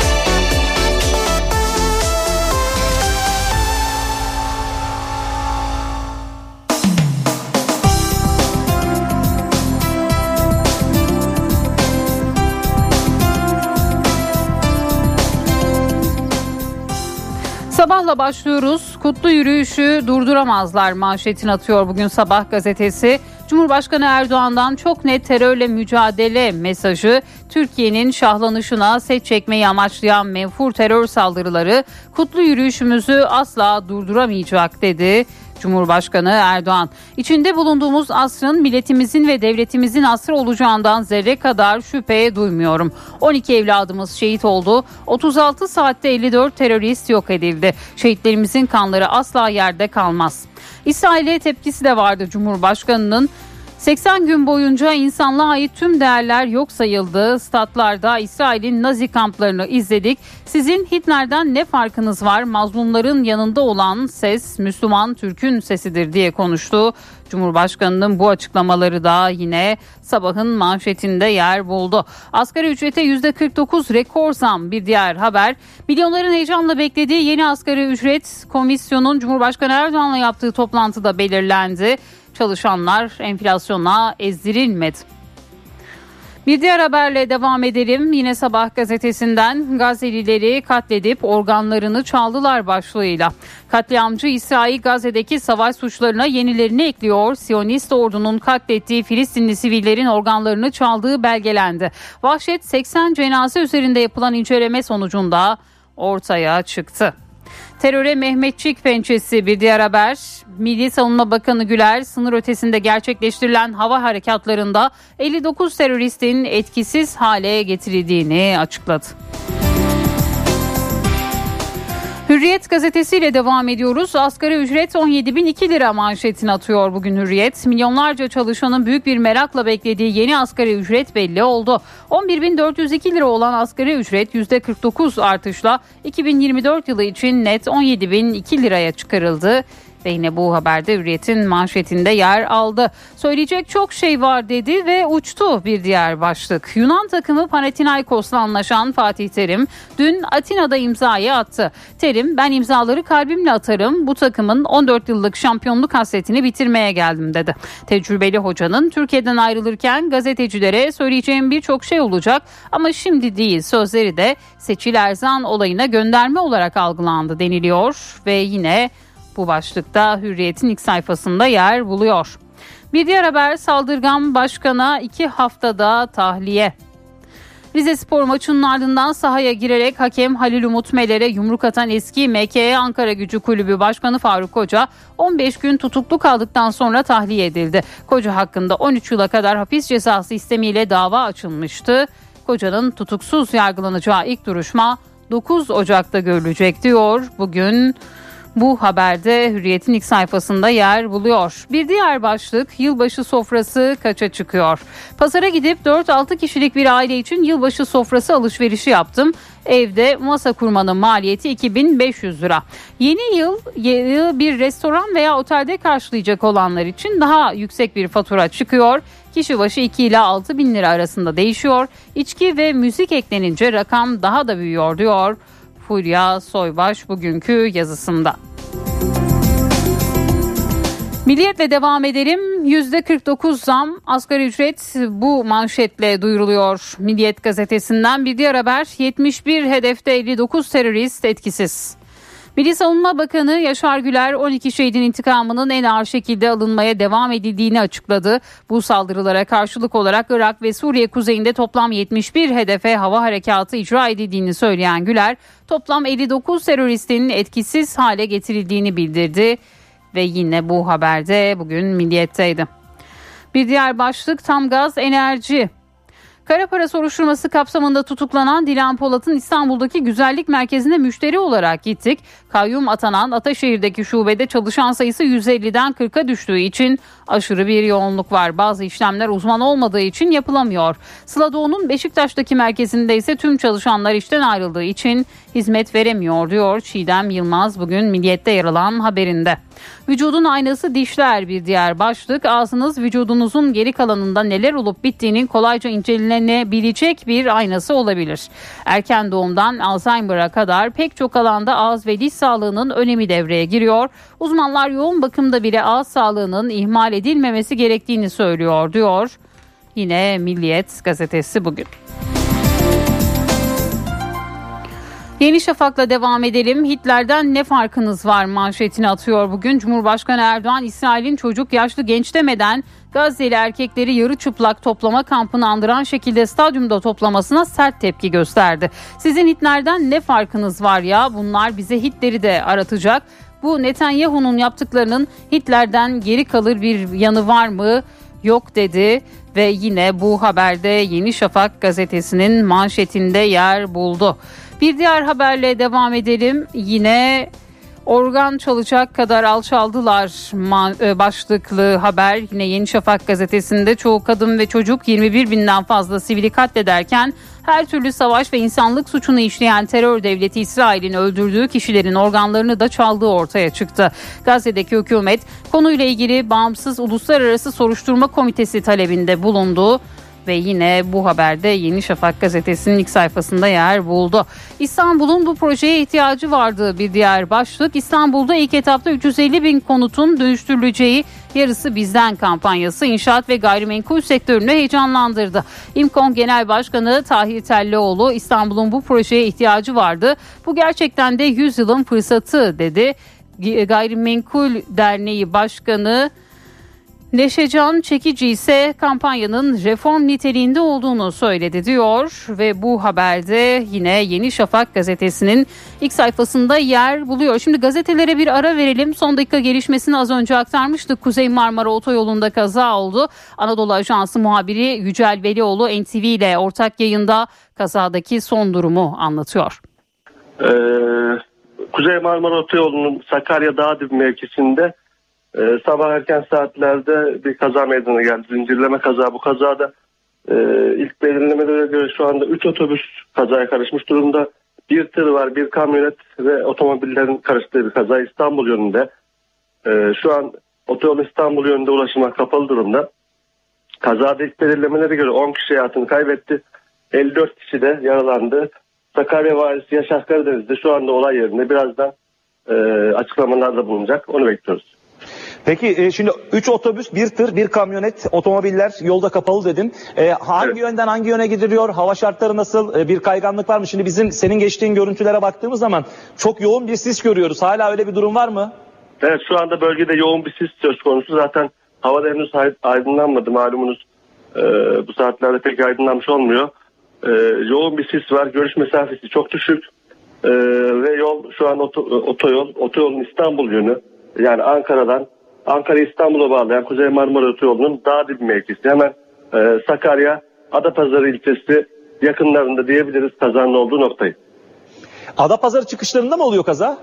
Sabahla başlıyoruz. Kutlu yürüyüşü durduramazlar manşetini atıyor bugün Sabah gazetesi. Cumhurbaşkanı Erdoğan'dan çok net terörle mücadele mesajı, Türkiye'nin şahlanışına set çekmeyi amaçlayan menfur terör saldırıları kutlu yürüyüşümüzü asla durduramayacak dedi Cumhurbaşkanı Erdoğan. İçinde bulunduğumuz asrın milletimizin ve devletimizin asrı olacağından zerre kadar şüphe duymuyorum. 12 evladımız şehit oldu. 36 saatte 54 terörist yok edildi. Şehitlerimizin kanları asla yerde kalmaz. İsrail'e tepkisi de vardı Cumhurbaşkanı'nın. 80 gün boyunca insanlığa ait tüm değerler yok sayıldı. Statlarda İsrail'in Nazi kamplarını izledik. Sizin Hitler'den ne farkınız var? Mazlumların yanında olan ses Müslüman Türk'ün sesidir diye konuştu. Cumhurbaşkanının bu açıklamaları da yine sabahın manşetinde yer buldu. Asgari ücrete %49 rekor zam bir diğer haber. Milyonların heyecanla beklediği yeni asgari ücret komisyonun Cumhurbaşkanı Erdoğan'la yaptığı toplantıda belirlendi. Çalışanlar enflasyona ezdirilmedi. Bir diğer haberle devam edelim. Yine Sabah gazetesinden Gazze'lileri katledip organlarını çaldılar başlığıyla. Katliamcı İsrail Gazze'deki savaş suçlarına yenilerini ekliyor. Siyonist ordunun katlettiği Filistinli sivillerin organlarını çaldığı belgelendi. Vahşet 80 cenaze üzerinde yapılan inceleme sonucunda ortaya çıktı. Teröre Mehmetçik pençesi bir diğer haber. Milli Savunma Bakanı Güler sınır ötesinde gerçekleştirilen hava harekatlarında 59 teröristin etkisiz hale getirildiğini açıkladı. Hürriyet gazetesiyle devam ediyoruz. Asgari ücret 17.002 lira manşetini atıyor bugün Hürriyet. Milyonlarca çalışanın büyük bir merakla beklediği yeni asgari ücret belli oldu. 11.402 lira olan asgari ücret %49 artışla 2024 yılı için net 17.002 liraya çıkarıldı. Ve yine bu haberde Hürriyet'in manşetinde yer aldı. Söyleyecek çok şey var dedi ve uçtu bir diğer başlık. Yunan takımı Panathinaikos'la anlaşan Fatih Terim dün Atina'da imzayı attı. Terim, ben imzaları kalbimle atarım, bu takımın 14 yıllık şampiyonluk hasretini bitirmeye geldim dedi. Tecrübeli hocanın Türkiye'den ayrılırken gazetecilere söyleyeceğim birçok şey olacak ama şimdi değil sözleri de Seçil Erzan olayına gönderme olarak algılandı deniliyor ve yine bu başlıkta Hürriyet'in ilk sayfasında yer buluyor. Bir diğer haber saldırgan başkana 2 haftada tahliye. Rizespor maçının ardından sahaya girerek hakem Halil Umut Meler'e yumruk atan eski MKE Ankaragücü Kulübü Başkanı Faruk Koca 15 gün tutuklu kaldıktan sonra tahliye edildi. Koca hakkında 13 yıla kadar hapis cezası istemiyle dava açılmıştı. Koca'nın tutuksuz yargılanacağı ilk duruşma 9 Ocak'ta görülecek diyor. Bugün bu haberde Hürriyet'in ilk sayfasında yer buluyor. Bir diğer başlık yılbaşı sofrası kaça çıkıyor? Pazara gidip 4-6 kişilik bir aile için yılbaşı sofrası alışverişi yaptım. Evde masa kurmanın maliyeti 2.500 lira. Yeni yıl bir restoran veya otelde karşılayacak olanlar için daha yüksek bir fatura çıkıyor. Kişi başı 2 ila 6 bin lira arasında değişiyor. İçki ve müzik eklenince rakam daha da büyüyor diyor Fulya Soybaş bugünkü yazısında. Milliyet'le devam edelim. %49 zam asgari ücret bu manşetle duyuruluyor Milliyet gazetesinden. Bir diğer haber 71 hedefte 59 terörist etkisiz. Milli Savunma Bakanı Yaşar Güler 12 şehidin intikamının en ağır şekilde alınmaya devam edildiğini açıkladı. Bu saldırılara karşılık olarak Irak ve Suriye kuzeyinde toplam 71 hedefe hava harekatı icra edildiğini söyleyen Güler, toplam 59 teröristin etkisiz hale getirildiğini bildirdi. Ve yine bu haberde bugün Milliyet'teydi. Bir diğer başlık tam gaz enerji. Kara para soruşturması kapsamında tutuklanan Dilan Polat'ın İstanbul'daki güzellik merkezine müşteri olarak gittik. Kayyum atanan Ataşehir'deki şubede çalışan sayısı 150'den 40'a düştüğü için aşırı bir yoğunluk var. Bazı işlemler uzman olmadığı için yapılamıyor. Sıla Doğu'nun Beşiktaş'taki merkezinde ise tüm çalışanlar işten ayrıldığı için hizmet veremiyor diyor Çiğdem Yılmaz bugün Milliyet'te yer alan haberinde. Vücudun aynası dişler bir diğer başlık. Ağzınız vücudunuzun geri kalanında neler olup bittiğinin kolayca incelenebilecek bir aynası olabilir. Erken doğumdan Alzheimer'a kadar pek çok alanda ağız ve diş sağlığının önemi devreye giriyor. Uzmanlar yoğun bakımda bile ağız sağlığının ihmal edilmemesi gerektiğini söylüyor diyor. Yine Milliyet gazetesi bugün. Yeni Şafak'la devam edelim. Hitler'den ne farkınız var manşetini atıyor bugün. Cumhurbaşkanı Erdoğan, İsrail'in çocuk, yaşlı, genç demeden Gazze'li erkekleri yarı çıplak toplama kampını andıran şekilde stadyumda toplamasına sert tepki gösterdi. Sizin Hitler'den ne farkınız var ya? Bunlar bize Hitler'i de aratacak. Bu Netanyahu'nun yaptıklarının Hitler'den geri kalır bir yanı var mı? Yok dedi ve yine bu haberde Yeni Şafak gazetesinin manşetinde yer buldu. Bir diğer haberle devam edelim. Yine Organ çalacak kadar alçaldılar başlıklı haber yine Yeni Şafak gazetesinde. Çoğu kadın ve çocuk 21 binden fazla sivili katlederken her türlü savaş ve insanlık suçunu işleyen terör devleti İsrail'in öldürdüğü kişilerin organlarını da çaldığı ortaya çıktı. Gazze'deki hükümet konuyla ilgili bağımsız uluslararası soruşturma komitesi talebinde bulundu. Ve yine bu haberde Yeni Şafak gazetesinin ilk sayfasında yer buldu. İstanbul'un bu projeye ihtiyacı vardı bir diğer başlık. İstanbul'da ilk etapta 350 bin konutun dönüştürüleceği Yarısı Bizden kampanyası inşaat ve gayrimenkul sektörünü heyecanlandırdı. İMKON Genel Başkanı Tahir Tellioğlu İstanbul'un bu projeye ihtiyacı vardı. Bu gerçekten de 100 yılın fırsatı dedi. Gayrimenkul Derneği Başkanı Neşecan Çekici ise kampanyanın reform niteliğinde olduğunu söyledi diyor ve bu haberde yine Yeni Şafak gazetesinin ilk sayfasında yer buluyor. Şimdi gazetelere bir ara verelim. Son dakika gelişmesini az önce aktarmıştık. Kuzey Marmara Otoyolu'nda kaza oldu. Anadolu Ajansı muhabiri Yücel Velioğlu NTV ile ortak yayında kazadaki son durumu anlatıyor. Kuzey Marmara Otoyolu'nun Sakarya Dağdibi mevkisinde sabah erken saatlerde bir kaza meydana geldi. Zincirleme kaza. Bu kazada ilk belirlemelere göre şu anda 3 otobüs kazaya karışmış durumda. Bir tır var, bir kamyonet ve otomobillerin karıştığı bir kaza İstanbul yönünde. Şu an otoyol İstanbul yönünde ulaşıma kapalı durumda. Kazada ilk belirlemelere göre 10 kişi hayatını kaybetti. 54 kişi de yaralandı. Sakarya Valisi Yaşar Karadeniz de şu anda olay yerinde. Birazdan açıklamalarda bulunacak. Onu bekliyoruz. Peki şimdi 3 otobüs, bir tır, bir kamyonet, otomobiller yolda kapalı dedin. Hangi yönden hangi yöne gidiliyor? Hava şartları nasıl? Bir kayganlık var mı? Şimdi senin geçtiğin görüntülere baktığımız zaman çok yoğun bir sis görüyoruz. Hala öyle bir durum var mı? Evet, şu anda bölgede yoğun bir sis söz konusu. Zaten havada henüz aydınlanmadı malumunuz. Bu saatlerde pek aydınlanmış olmuyor. Yoğun bir sis var. Görüş mesafesi çok düşük. Ve yol şu an otoyolun İstanbul yönü. Yani Ankara'yı İstanbul'a bağlayan Kuzey Marmara Otoyolu'nun Dağdibi mevkisi. Hemen Sakarya, Adapazarı ilçesi yakınlarında diyebiliriz kazanın olduğu noktayı. Adapazarı çıkışlarında mı oluyor kaza?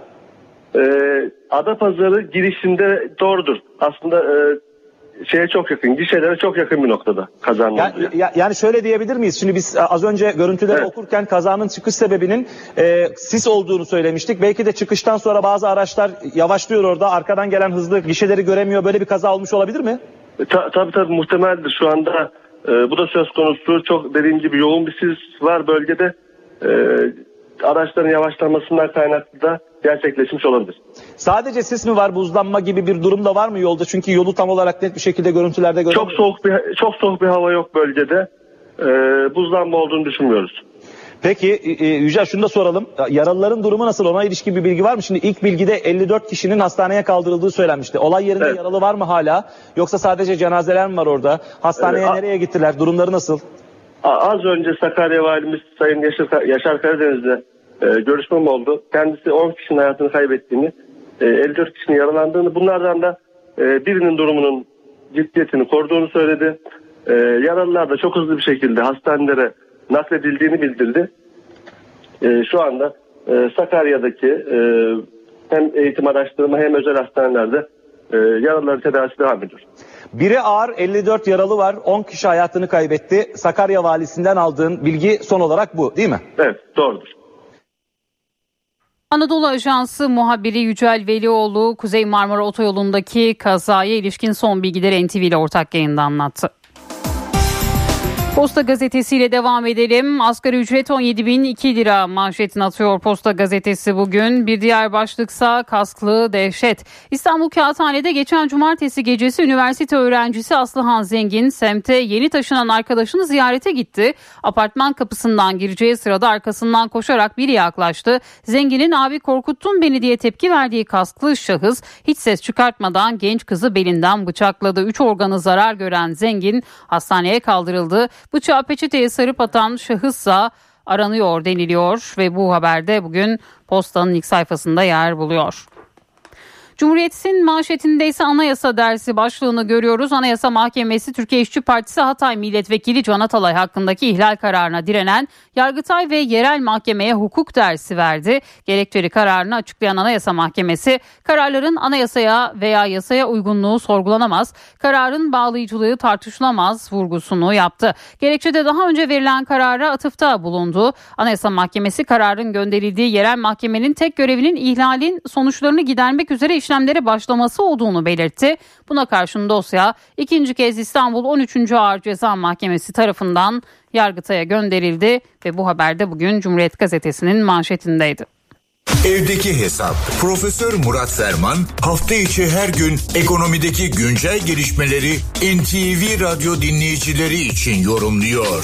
Adapazarı girişinde doğrudur. Aslında şeye çok yakın, gişelere çok yakın bir noktada kazanın olduğu. Yani şöyle diyebilir miyiz? Şimdi biz az önce görüntüleri okurken kazanın çıkış sebebinin sis olduğunu söylemiştik. Belki de çıkıştan sonra bazı araçlar yavaşlıyor orada. Arkadan gelen hızlı gişeleri göremiyor. Böyle bir kaza olmuş olabilir mi? Tabii muhtemeldir. Şu anda bu da söz konusu. Çok dediğim gibi yoğun bir sis var bölgede. Araçların yavaşlamasından kaynaklı da gerçekleşmiş olabilir. Sadece sis mi var? Buzlanma gibi bir durum da var mı yolda? Çünkü yolu tam olarak net bir şekilde görüntülerde göremiyoruz. Çok soğuk bir hava yok bölgede. Buzlanma olduğunu düşünmüyoruz. Peki Yücel, şunu da soralım. Yaralıların durumu nasıl? Ona ilişkin bir bilgi var mı? Şimdi ilk bilgide 54 kişinin hastaneye kaldırıldığı söylenmişti. Olay yerinde yaralı var mı hala? Yoksa sadece cenazeler mi var orada? Hastaneye nereye gittiler? Durumları nasıl? Az önce Sakarya Valimiz Sayın Yaşar Karadeniz'le görüşmem oldu. Kendisi 10 kişinin hayatını kaybettiğini, 54 kişinin yaralandığını, bunlardan da birinin durumunun ciddiyetini koruduğunu söyledi. Yaralılar da çok hızlı bir şekilde hastanelere nakledildiğini bildirdi. Şu anda Sakarya'daki hem eğitim araştırma hem özel hastanelerde yaralıların tedavisi devam ediyor. Biri ağır, 54 yaralı var, 10 kişi hayatını kaybetti. Sakarya valisinden aldığın bilgi son olarak bu değil mi? Evet, doğrudur. Anadolu Ajansı muhabiri Yücel Velioğlu Kuzey Marmara Otoyolu'ndaki kazaya ilişkin son bilgileri NTV ile ortak yayında anlattı. Posta gazetesiyle devam edelim. Asgari ücret 17.002 lira manşetini atıyor Posta gazetesi bugün. Bir diğer başlıksa kasklı dehşet. İstanbul Kağıthane'de geçen cumartesi gecesi üniversite öğrencisi Aslıhan Zengin semte yeni taşınan arkadaşını ziyarete gitti. Apartman kapısından gireceği sırada arkasından koşarak biri yaklaştı. Zengin'in "abi korkuttun beni" diye tepki verdiği kasklı şahıs hiç ses çıkartmadan genç kızı belinden bıçakladı. 3 organı zarar gören Zengin hastaneye kaldırıldı. Bıçağı peçeteye sarıp atan şahıssa aranıyor deniliyor ve bu haberde bugün Posta'nın ilk sayfasında yer buluyor. Cumhuriyet'in manşetinde ise anayasa dersi başlığını görüyoruz. Anayasa Mahkemesi Türkiye İşçi Partisi Hatay Milletvekili Can Atalay hakkındaki ihlal kararına direnen Yargıtay ve yerel mahkemeye hukuk dersi verdi. Gerekçeli kararını açıklayan Anayasa Mahkemesi, kararların anayasaya veya yasaya uygunluğu sorgulanamaz, kararın bağlayıcılığı tartışılamaz vurgusunu yaptı. Gerekçede daha önce verilen karara atıfta bulundu. Anayasa Mahkemesi kararın gönderildiği yerel mahkemenin tek görevinin ihlalin sonuçlarını gidermek üzere işlemlere başlaması olduğunu belirtti. Buna karşın dosya ikinci kez İstanbul 13. Ağır Ceza Mahkemesi tarafından Yargıtay'a gönderildi ve bu haber de bugün Cumhuriyet Gazetesi'nin manşetindeydi. Evdeki Hesap. Profesör Murat Ferman hafta içi her gün ekonomideki güncel gelişmeleri NTV Radyo dinleyicileri için yorumluyor.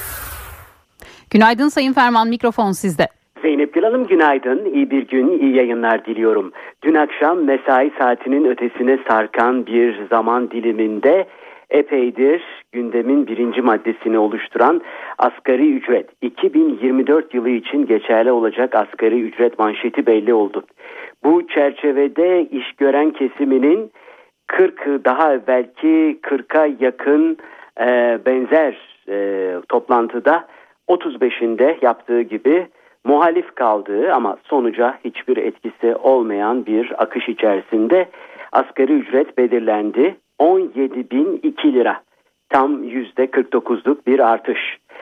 Günaydın Sayın Ferman, mikrofon sizde. Zeynep Gül Hanım günaydın, iyi bir gün, iyi yayınlar diliyorum. Dün akşam mesai saatinin ötesine sarkan bir zaman diliminde epeydir gündemin birinci maddesini oluşturan asgari ücret, 2024 yılı için geçerli olacak asgari ücret manşeti belli oldu. Bu çerçevede iş gören kesiminin 40 daha evvelki 40'a yakın benzer toplantıda 35'inde yaptığı gibi muhalif kaldığı ama sonuca hiçbir etkisi olmayan bir akış içerisinde asgari ücret belirlendi. 17.002 lira. Tam %49'luk bir artış.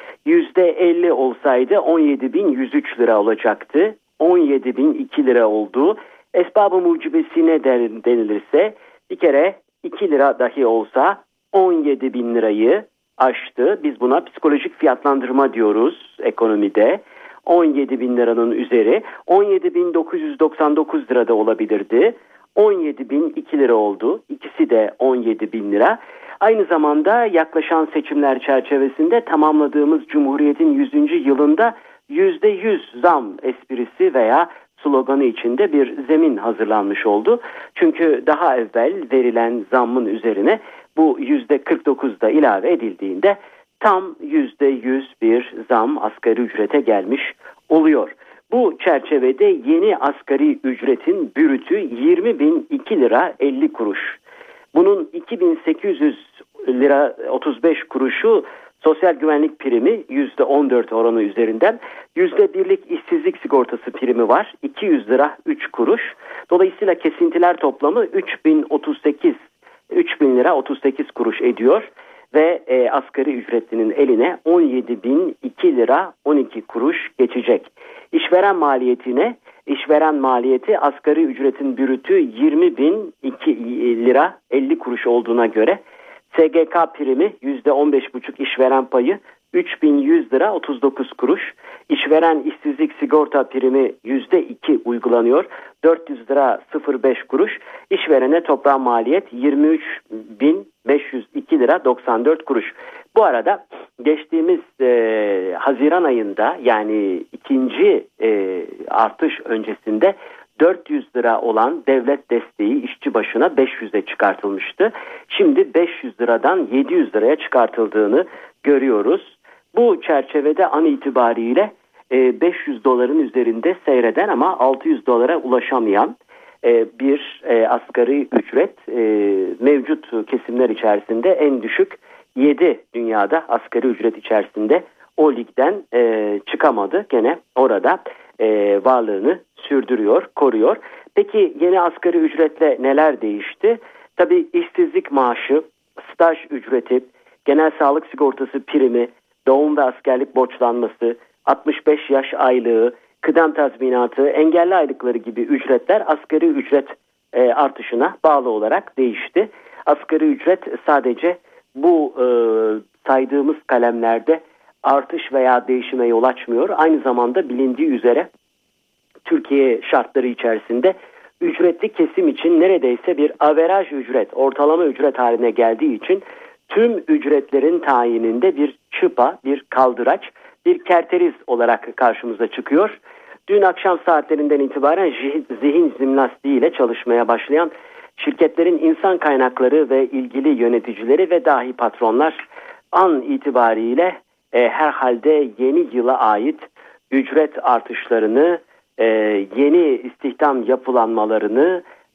%50 olsaydı 17.103 lira olacaktı. 17.002 lira oldu. Esbab-ı mucibesine denilirse bir kere 2 lira dahi olsa 17.000 lirayı aştı. Biz buna psikolojik fiyatlandırma diyoruz ekonomide. 17.000 liranın üzeri 17.999 lirada olabilirdi. 17.002 lira oldu. İkisi de 17.000 lira. Aynı zamanda yaklaşan seçimler çerçevesinde tamamladığımız Cumhuriyet'in 100. yılında %100 zam esprisi veya sloganı içinde bir zemin hazırlanmış oldu. Çünkü daha evvel verilen zammın üzerine bu %49 da ilave edildiğinde tam %100 bir zam asgari ücrete gelmiş oluyor. Bu çerçevede yeni asgari ücretin bürütü 20.002 lira 50 kuruş. Bunun 2.800 lira 35 kuruşu sosyal güvenlik primi %14 oranı üzerinden, %1'lik işsizlik sigortası primi var 200 lira 3 kuruş. Dolayısıyla kesintiler toplamı 3.000 lira 38 kuruş ediyor. Ve asgari ücretlinin eline 17.002 lira 12 kuruş geçecek. İşveren maliyeti asgari ücretin bürütü 20.002 lira 50 kuruş olduğuna göre SGK primi %15,5 işveren payı 3.100 lira 39 kuruş. İşveren işsizlik sigorta primi %2 uygulanıyor. 400 lira 05 kuruş. İşverene toplam maliyet 23.502 lira 94 kuruş. Bu arada geçtiğimiz Haziran ayında yani ikinci artış öncesinde 400 lira olan devlet desteği işçi başına 500'e çıkartılmıştı. Şimdi 500 liradan 700 liraya çıkartıldığını görüyoruz. Bu çerçevede an itibariyle 500 doların üzerinde seyreden ama 600 dolara ulaşamayan bir asgari ücret mevcut kesimler içerisinde en düşük 7 dünyada asgari ücret içerisinde o ligden çıkamadı. Gene orada varlığını sürdürüyor, koruyor. Peki yeni asgari ücretle neler değişti? Tabii işsizlik maaşı, staj ücreti, genel sağlık sigortası primi, doğum ve askerlik borçlanması, 65 yaş aylığı, kıdem tazminatı, engelli aylıkları gibi ücretler asgari ücret artışına bağlı olarak değişti. Asgari ücret sadece bu saydığımız kalemlerde artış veya değişime yol açmıyor. Aynı zamanda bilindiği üzere Türkiye şartları içerisinde ücretli kesim için neredeyse bir averaj ücret, ortalama ücret haline geldiği için tüm ücretlerin tayininde bir çıpa, bir kaldıraç, bir kerteriz olarak karşımıza çıkıyor. Dün akşam saatlerinden itibaren zihin jimnastiği ile çalışmaya başlayan şirketlerin insan kaynakları ve ilgili yöneticileri ve dahi patronlar an itibariyle herhalde yeni yıla ait ücret artışlarını, yeni istihdam yapılanmalarını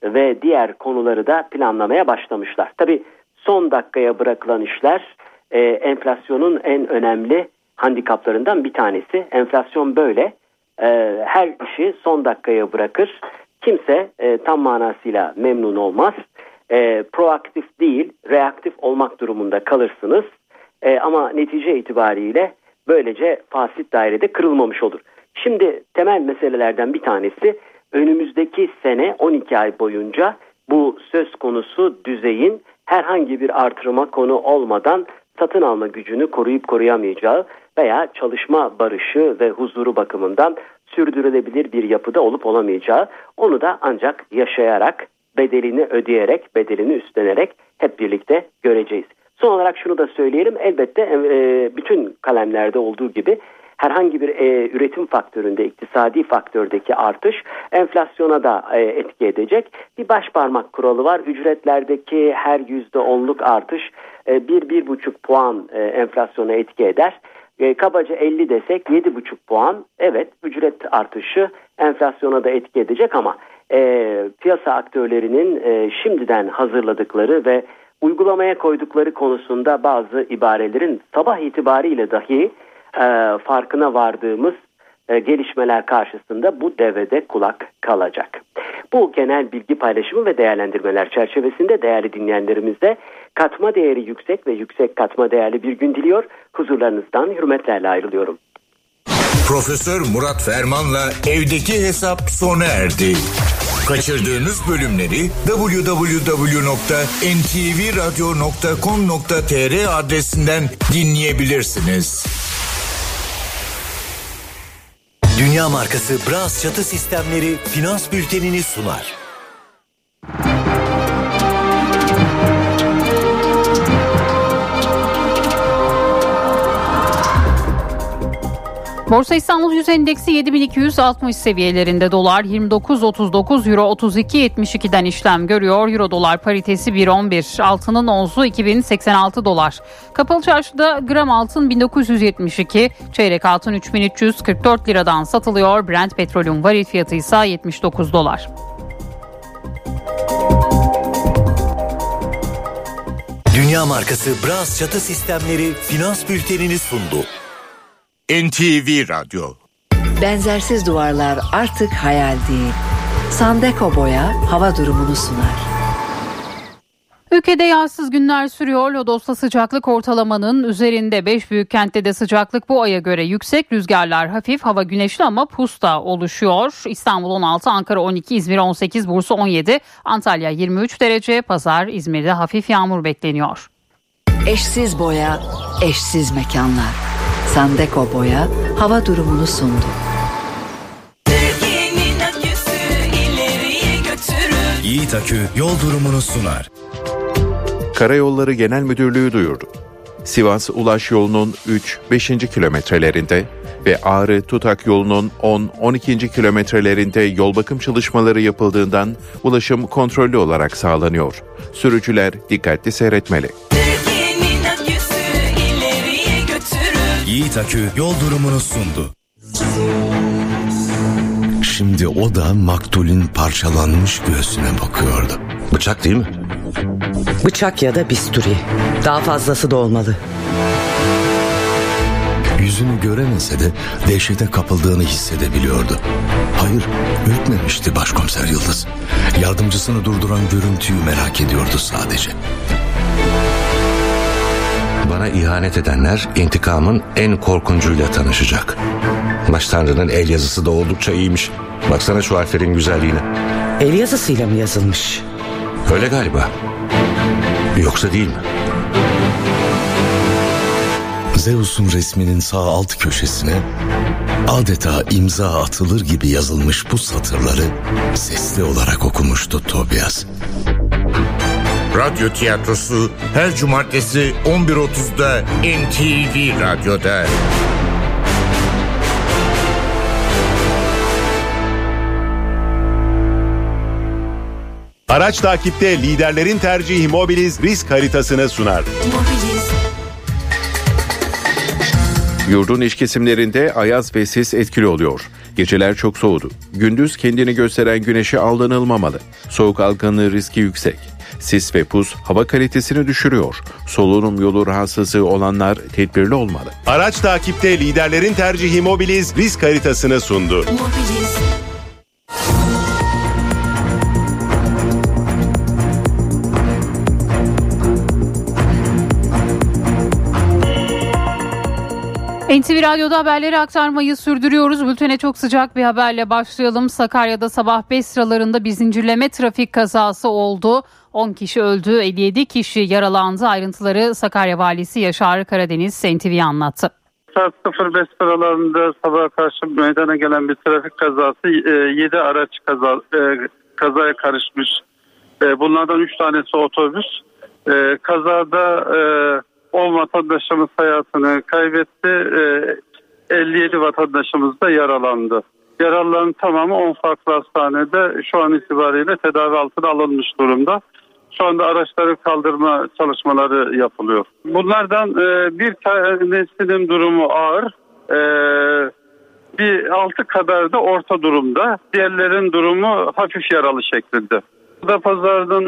ve diğer konuları da planlamaya başlamışlar. Tabii son dakikaya bırakılan işler enflasyonun en önemli handikaplarından bir tanesi. Enflasyon böyle. Her işi son dakikaya bırakır. Kimse tam manasıyla memnun olmaz. Proaktif değil, reaktif olmak durumunda kalırsınız. Ama netice itibariyle böylece fasit dairede kırılmamış olur. Şimdi temel meselelerden bir tanesi önümüzdeki sene 12 ay boyunca bu söz konusu düzeyin herhangi bir artırıma konu olmadan satın alma gücünü koruyup koruyamayacağı veya çalışma barışı ve huzuru bakımından sürdürülebilir bir yapıda olup olamayacağı, onu da ancak yaşayarak, bedelini ödeyerek, bedelini üstlenerek hep birlikte göreceğiz. Son olarak şunu da söyleyelim, elbette bütün kalemlerde olduğu gibi herhangi bir üretim faktöründe, iktisadi faktördeki artış enflasyona da etki edecek. Bir başparmak kuralı var. Ücretlerdeki her %10'luk artış 1-1,5 puan enflasyona etki eder. Kabaca 50 desek 7,5 puan, evet, ücret artışı enflasyona da etki edecek ama piyasa aktörlerinin şimdiden hazırladıkları ve uygulamaya koydukları konusunda bazı ibarelerin sabah itibariyle dahi farkına vardığımız gelişmeler karşısında bu devede kulak kalacak. Bu genel bilgi paylaşımı ve değerlendirmeler çerçevesinde değerli dinleyenlerimize katma değeri yüksek ve yüksek katma değerli bir gün diliyor. Huzurlarınızdan hürmetlerle ayrılıyorum. Profesör Murat Ferman'la evdeki hesap sona erdi. Kaçırdığınız bölümleri www.ntvradio.com.tr adresinden dinleyebilirsiniz. Dünya markası Bras Çatı Sistemleri finans bültenini sunar. Borsa İstanbul Yüz Endeksi 7260 seviyelerinde, dolar 29.39, euro 32.72'den işlem görüyor. Euro dolar paritesi 1.11, altının onzu 2086 dolar. Kapalı çarşıda gram altın 1972, çeyrek altın 3344 liradan satılıyor. Brent petrolün varil fiyatı ise 79 dolar. Dünya markası Bras Çatı Sistemleri finans bültenini sundu. NTV Radyo. Benzersiz duvarlar artık hayal değil. Sandeko Boya hava durumunu sunar. Ülkede yağsız günler sürüyor. Lodos'ta sıcaklık ortalamanın üzerinde. 5 büyük kentte de sıcaklık bu aya göre yüksek. Rüzgarlar hafif, hava güneşli ama pusta oluşuyor. İstanbul 16, Ankara 12, İzmir 18, Bursa 17, Antalya 23 derece. Pazar, İzmir'de hafif yağmur bekleniyor. Eşsiz boya, eşsiz mekanlar. Sandeko Boya hava durumunu sundu. Yiğit Akü yol durumunu sunar. Karayolları Genel Müdürlüğü duyurdu. Sivas-Ulaş yolunun 3-5. kilometrelerinde ve Ağrı-Tutak yolunun 10-12. kilometrelerinde yol bakım çalışmaları yapıldığından ulaşım kontrollü olarak sağlanıyor. Sürücüler dikkatli seyretmeli. Yiğit Akü yol durumunu sundu. Şimdi o da maktulün parçalanmış göğsüne bakıyordu. Bıçak değil mi? Bıçak ya da bisturi. Daha fazlası da olmalı. Yüzünü göremese de dehşete kapıldığını hissedebiliyordu. Hayır, ürkmemişti başkomiser Yıldız. Yardımcısını durduran görüntüyü merak ediyordu sadece. Bana ihanet edenler intikamın en korkuncuyla tanışacak. Baştanrı'nın el yazısı da oldukça iyiymiş. Baksana şu harflerin güzelliğine. El yazısıyla mı yazılmış? Öyle galiba. Yoksa değil mi? Zeus'un resminin sağ alt köşesine adeta imza atılır gibi yazılmış bu satırları sesli olarak okumuştu Tobias. Radyo tiyatrosu her cumartesi 11.30'da NTV Radyo'da. Araç takipte liderlerin tercihi Mobiliz risk haritasını sunar. Yurdun iç kesimlerinde ayaz ve sis etkili oluyor. Geceler çok soğudu. Gündüz kendini gösteren güneşe aldanılmamalı. Soğuk algınlığı riski yüksek. Sis ve pus hava kalitesini düşürüyor. Solunum yolu rahatsızlığı olanlar tedbirli olmalı. Araç takipte liderlerin tercihi Mobiliz risk haritasını sundu. NTV Radyo'da haberleri aktarmayı sürdürüyoruz. Bültene çok sıcak bir haberle başlayalım. Sakarya'da sabah 5 sıralarında bir zincirleme trafik kazası oldu. 10 kişi öldü, 57 kişi yaralandı. Ayrıntıları Sakarya Valisi Yaşar Karadeniz NTV'ye anlattı. Saat 05 sıralarında sabaha karşı meydana gelen bir trafik kazası, 7 araç kazaya karışmış. Bunlardan 3 tanesi otobüs. Kazada 10 vatandaşımız hayatını kaybetti. 57 vatandaşımız da yaralandı. Yaralıların tamamı 10 farklı hastanede şu an itibariyle tedavi altına alınmış durumda. Şu anda araçları kaldırma çalışmaları yapılıyor. Bunlardan bir tanesinin durumu ağır. Bir 6 kadar da orta durumda. Diğerlerin durumu hafif yaralı şeklinde. Adapazarı'nın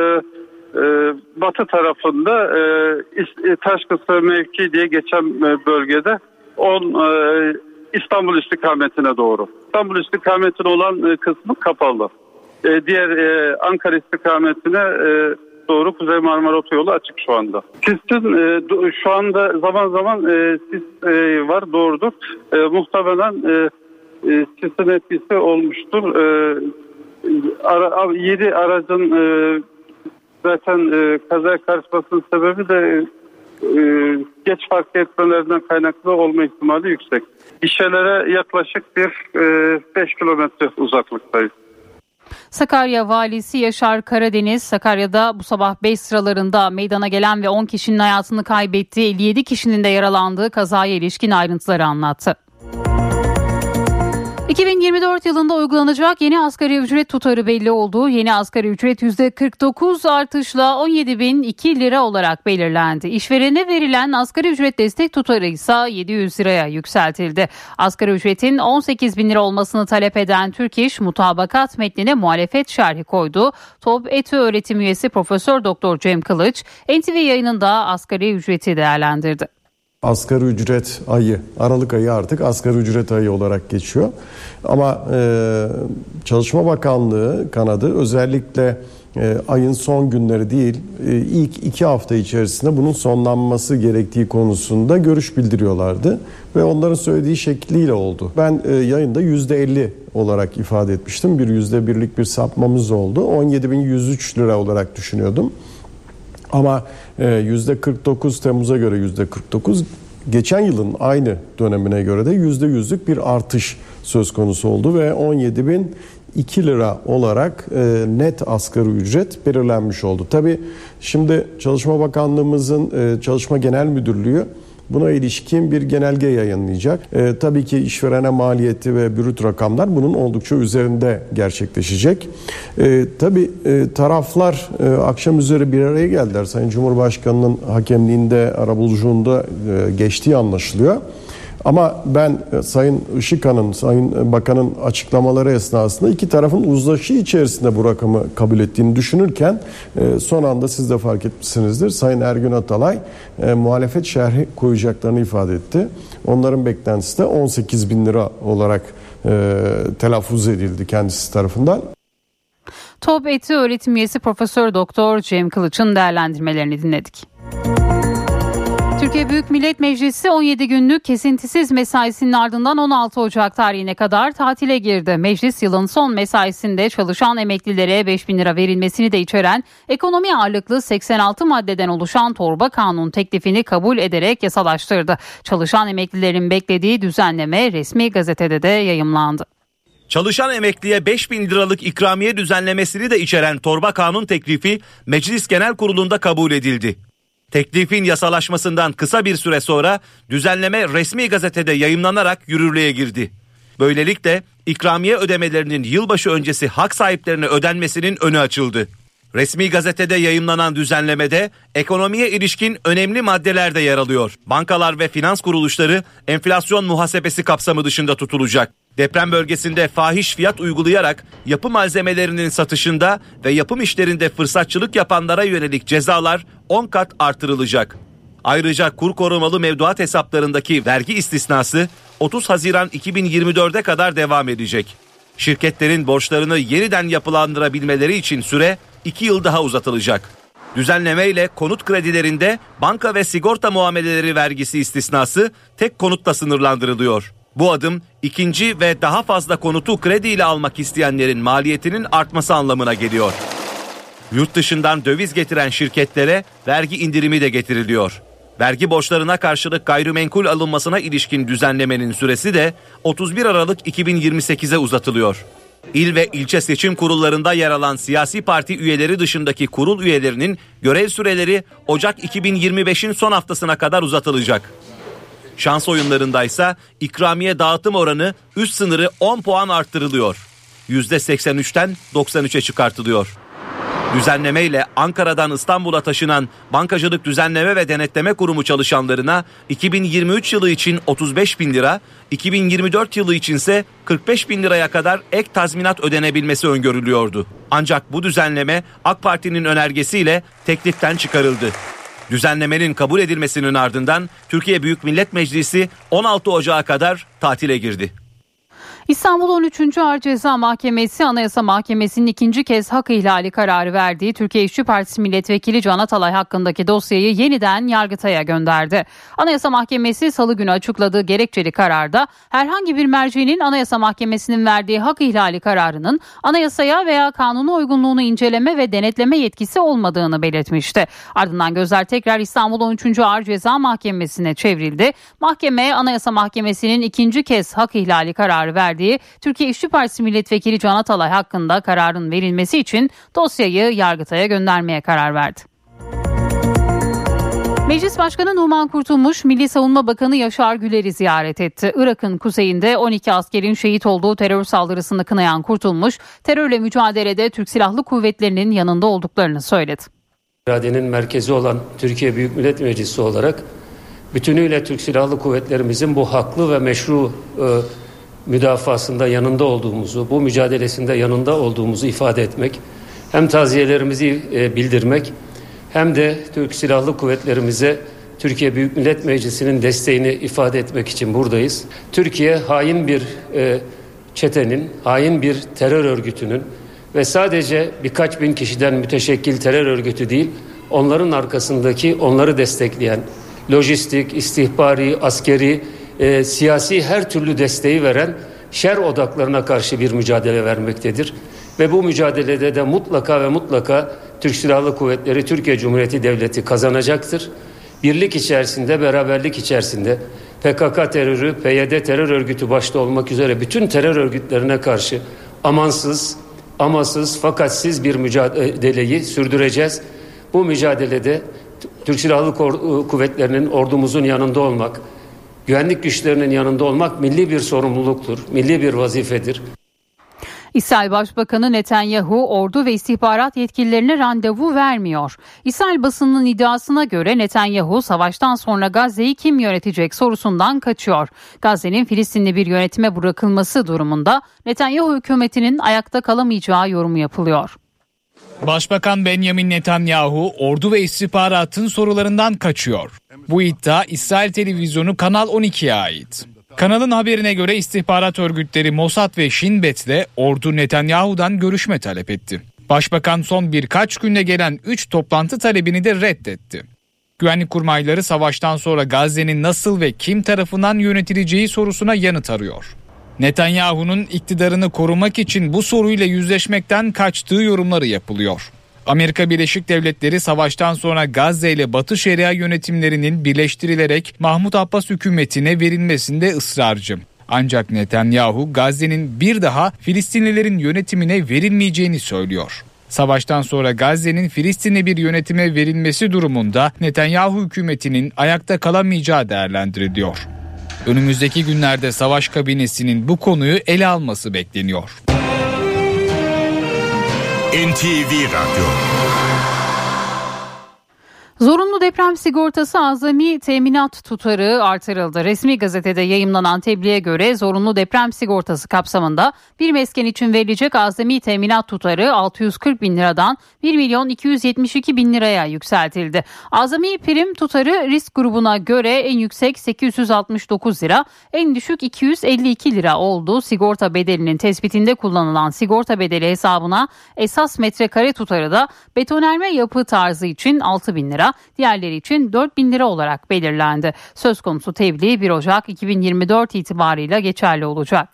batı tarafında Taşkısı mevki diye geçen bölgede İstanbul istikametine doğru. İstanbul istikametine olan kısmı kapalı. Diğer Ankara istikametine doğru Kuzey Marmara Otoyolu açık şu anda. Sisin şu anda zaman zaman sis var, doğrudur. Muhtemelen sisin etkisi olmuştur. 7 aracın zaten kazaya karışmasının sebebi de geç fark etmelerinden kaynaklı olma ihtimali yüksek. Gişelere yaklaşık bir 5 kilometre uzaklıktayız. Sakarya Valisi Yaşar Karadeniz, Sakarya'da bu sabah 5 sıralarında meydana gelen ve 10 kişinin hayatını kaybettiği, 57 kişinin de yaralandığı kazaya ilişkin ayrıntıları anlattı. 2024 yılında uygulanacak yeni asgari ücret tutarı belli oldu. Yeni asgari ücret %49 artışla 17.002 lira olarak belirlendi. İşverene verilen asgari ücret destek tutarı ise 700 liraya yükseltildi. Asgari ücretin 18.000 lira olmasını talep eden Türk İş, mutabakat metnine muhalefet şerhi koydu. TOB ETÜ öğretim üyesi Profesör Doktor Cem Kılıç, NTV yayınında asgari ücreti değerlendirdi. Asgari ücret ayı, Aralık ayı artık asgari ücret ayı olarak geçiyor. Ama Çalışma Bakanlığı kanadı özellikle ayın son günleri değil, ilk 2 hafta içerisinde bunun sonlanması gerektiği konusunda görüş bildiriyorlardı. Ve onların söylediği şekliyle oldu. Ben yayında %50 olarak ifade etmiştim. Bir %1'lik bir sapmamız oldu. 17.103 lira olarak düşünüyordum. Ama %49 Temmuz'a göre %49, geçen yılın aynı dönemine göre de %100'lük bir artış söz konusu oldu ve 17.002 lira olarak net asgari ücret belirlenmiş oldu. Tabii şimdi Çalışma Bakanlığımızın Çalışma Genel Müdürlüğü buna ilişkin bir genelge yayınlayacak. Tabii ki işverene maliyeti ve brüt rakamlar bunun oldukça üzerinde gerçekleşecek. Tabii taraflar akşam üzeri bir araya geldiler. Sayın Cumhurbaşkanı'nın hakemliğinde, arabuluculuğunda geçtiği anlaşılıyor. Ama ben Sayın Işıkhan'ın, Sayın Bakan'ın açıklamaları esnasında iki tarafın uzlaşı içerisinde bu rakamı kabul ettiğini düşünürken son anda siz de fark etmişsinizdir. Sayın Ergün Atalay muhalefet şerhi koyacaklarını ifade etti. Onların beklentisi de 18.000 lira olarak telaffuz edildi kendisi tarafından. TOB ETÜ öğretim üyesi Profesör Doktor Cem Kılıç'ın değerlendirmelerini dinledik. Türkiye Büyük Millet Meclisi 17 günlük kesintisiz mesaisinin ardından 16 Ocak tarihine kadar tatile girdi. Meclis yılın son mesaisinde çalışan emeklilere 5.000 lira verilmesini de içeren ekonomi ağırlıklı 86 maddeden oluşan torba kanun teklifini kabul ederek yasalaştırdı. Çalışan emeklilerin beklediği düzenleme resmi gazetede de yayımlandı. Çalışan emekliye 5.000 liralık ikramiye düzenlemesini de içeren torba kanun teklifi Meclis Genel Kurulu'nda kabul edildi. Teklifin yasalaşmasından kısa bir süre sonra düzenleme resmi gazetede yayımlanarak yürürlüğe girdi. Böylelikle ikramiye ödemelerinin yılbaşı öncesi hak sahiplerine ödenmesinin önü açıldı. Resmi gazetede yayımlanan düzenlemede ekonomiye ilişkin önemli maddeler de yer alıyor. Bankalar ve finans kuruluşları enflasyon muhasebesi kapsamı dışında tutulacak. Deprem bölgesinde fahiş fiyat uygulayarak yapı malzemelerinin satışında ve yapım işlerinde fırsatçılık yapanlara yönelik cezalar 10 kat artırılacak. Ayrıca kur korumalı mevduat hesaplarındaki vergi istisnası 30 Haziran 2024'e kadar devam edecek. Şirketlerin borçlarını yeniden yapılandırabilmeleri için süre 2 yıl daha uzatılacak. Düzenleme ile konut kredilerinde banka ve sigorta muameleleri vergisi istisnası tek konutla sınırlandırılıyor. Bu adım ikinci ve daha fazla konutu krediyle almak isteyenlerin maliyetinin artması anlamına geliyor. Yurt dışından döviz getiren şirketlere vergi indirimi de getiriliyor. Vergi borçlarına karşılık gayrimenkul alınmasına ilişkin düzenlemenin süresi de 31 Aralık 2028'e uzatılıyor. İl ve ilçe seçim kurullarında yer alan siyasi parti üyeleri dışındaki kurul üyelerinin görev süreleri Ocak 2025'in son haftasına kadar uzatılacak. Şans oyunlarındaysa ikramiye dağıtım oranı üst sınırı 10 puan arttırılıyor. %83'ten 93'e çıkartılıyor. Düzenlemeyle Ankara'dan İstanbul'a taşınan Bankacılık Düzenleme ve Denetleme Kurumu çalışanlarına 2023 yılı için 35 bin lira, 2024 yılı içinse 45 bin liraya kadar ek tazminat ödenebilmesi öngörülüyordu. Ancak bu düzenleme AK Parti'nin önergesiyle tekliften çıkarıldı. Düzenlemenin kabul edilmesinin ardından Türkiye Büyük Millet Meclisi 16 Ocağı kadar tatile girdi. İstanbul 13. Ağır Ceza Mahkemesi Anayasa Mahkemesi'nin ikinci kez hak ihlali kararı verdiği Türkiye İşçi Partisi Milletvekili Can Atalay hakkındaki dosyayı yeniden Yargıtay'a gönderdi. Anayasa Mahkemesi Salı günü açıkladığı gerekçeli kararda herhangi bir mercinin Anayasa Mahkemesi'nin verdiği hak ihlali kararının anayasaya veya kanuna uygunluğunu inceleme ve denetleme yetkisi olmadığını belirtmişti. Ardından gözler tekrar İstanbul 13. Ağır Ceza Mahkemesi'ne çevrildi. Mahkeme Anayasa Mahkemesi'nin ikinci kez hak ihlali kararı verdiği Türkiye İşçi Partisi Milletvekili Can Atalay hakkında kararın verilmesi için dosyayı Yargıtay'a göndermeye karar verdi. Meclis Başkanı Numan Kurtulmuş, Milli Savunma Bakanı Yaşar Güler'i ziyaret etti. Irak'ın kuzeyinde 12 askerin şehit olduğu terör saldırısını kınayan Kurtulmuş, terörle mücadelede Türk Silahlı Kuvvetleri'nin yanında olduklarını söyledi. İradenin merkezi olan Türkiye Büyük Millet Meclisi olarak bütünüyle Türk Silahlı Kuvvetlerimizin bu haklı ve meşru müdafasında yanında olduğumuzu, bu mücadelesinde yanında olduğumuzu ifade etmek, hem taziyelerimizi bildirmek hem de Türk Silahlı Kuvvetlerimize Türkiye Büyük Millet Meclisi'nin desteğini ifade etmek için buradayız. Türkiye hain bir çetenin, hain bir terör örgütünün ve sadece birkaç bin kişiden müteşekkil terör örgütü değil, onların arkasındaki, onları destekleyen lojistik, istihbari, askeri, siyasi her türlü desteği veren şer odaklarına karşı bir mücadele vermektedir. Ve bu mücadelede de mutlaka ve mutlaka Türk Silahlı Kuvvetleri, Türkiye Cumhuriyeti Devleti kazanacaktır. Birlik içerisinde, beraberlik içerisinde PKK terörü, PYD terör örgütü başta olmak üzere bütün terör örgütlerine karşı amansız, amasız, fakatsiz bir mücadeleyi sürdüreceğiz. Bu mücadelede Türk Silahlı Kuvvetleri'nin, ordumuzun yanında olmak, güvenlik güçlerinin yanında olmak milli bir sorumluluktur, milli bir vazifedir. İsrail Başbakanı Netanyahu ordu ve istihbarat yetkililerine randevu vermiyor. İsrail basınının iddiasına göre Netanyahu savaştan sonra Gazze'yi kim yönetecek sorusundan kaçıyor. Gazze'nin Filistinli bir yönetime bırakılması durumunda Netanyahu hükümetinin ayakta kalamayacağı yorumu yapılıyor. Başbakan Benjamin Netanyahu ordu ve istihbaratın sorularından kaçıyor. Bu iddia İsrail televizyonu Kanal 12'ye ait. Kanalın haberine göre istihbarat örgütleri Mossad ve Shin Bet'le ordu Netanyahu'dan görüşme talep etti. Başbakan son birkaç günde gelen 3 toplantı talebini de reddetti. Güvenlik kurmayları savaştan sonra Gazze'nin nasıl ve kim tarafından yönetileceği sorusuna yanıt arıyor. Netanyahu'nun iktidarını korumak için bu soruyla yüzleşmekten kaçtığı yorumları yapılıyor. Amerika Birleşik Devletleri savaştan sonra Gazze ile Batı Şeria yönetimlerinin birleştirilerek Mahmut Abbas hükümetine verilmesinde ısrarcı. Ancak Netanyahu Gazze'nin bir daha Filistinlilerin yönetimine verilmeyeceğini söylüyor. Savaştan sonra Gazze'nin Filistinli bir yönetime verilmesi durumunda Netanyahu hükümetinin ayakta kalamayacağı değerlendiriliyor. Önümüzdeki günlerde savaş kabinesinin bu konuyu ele alması bekleniyor. NTV Radyo. Zorunlu deprem sigortası azami teminat tutarı artırıldı. Resmi gazetede yayımlanan tebliğe göre zorunlu deprem sigortası kapsamında bir mesken için verilecek azami teminat tutarı 640 bin liradan 1 milyon 272 bin liraya yükseltildi. Azami prim tutarı risk grubuna göre en yüksek 869 lira, en düşük 252 lira oldu. Sigorta bedelinin tespitinde kullanılan sigorta bedeli hesabına esas metrekare tutarı da betonarme yapı tarzı için 6 bin lira, diğerleri için 4 bin lira olarak belirlendi. Söz konusu tebliğ 1 Ocak 2024 itibarıyla geçerli olacak.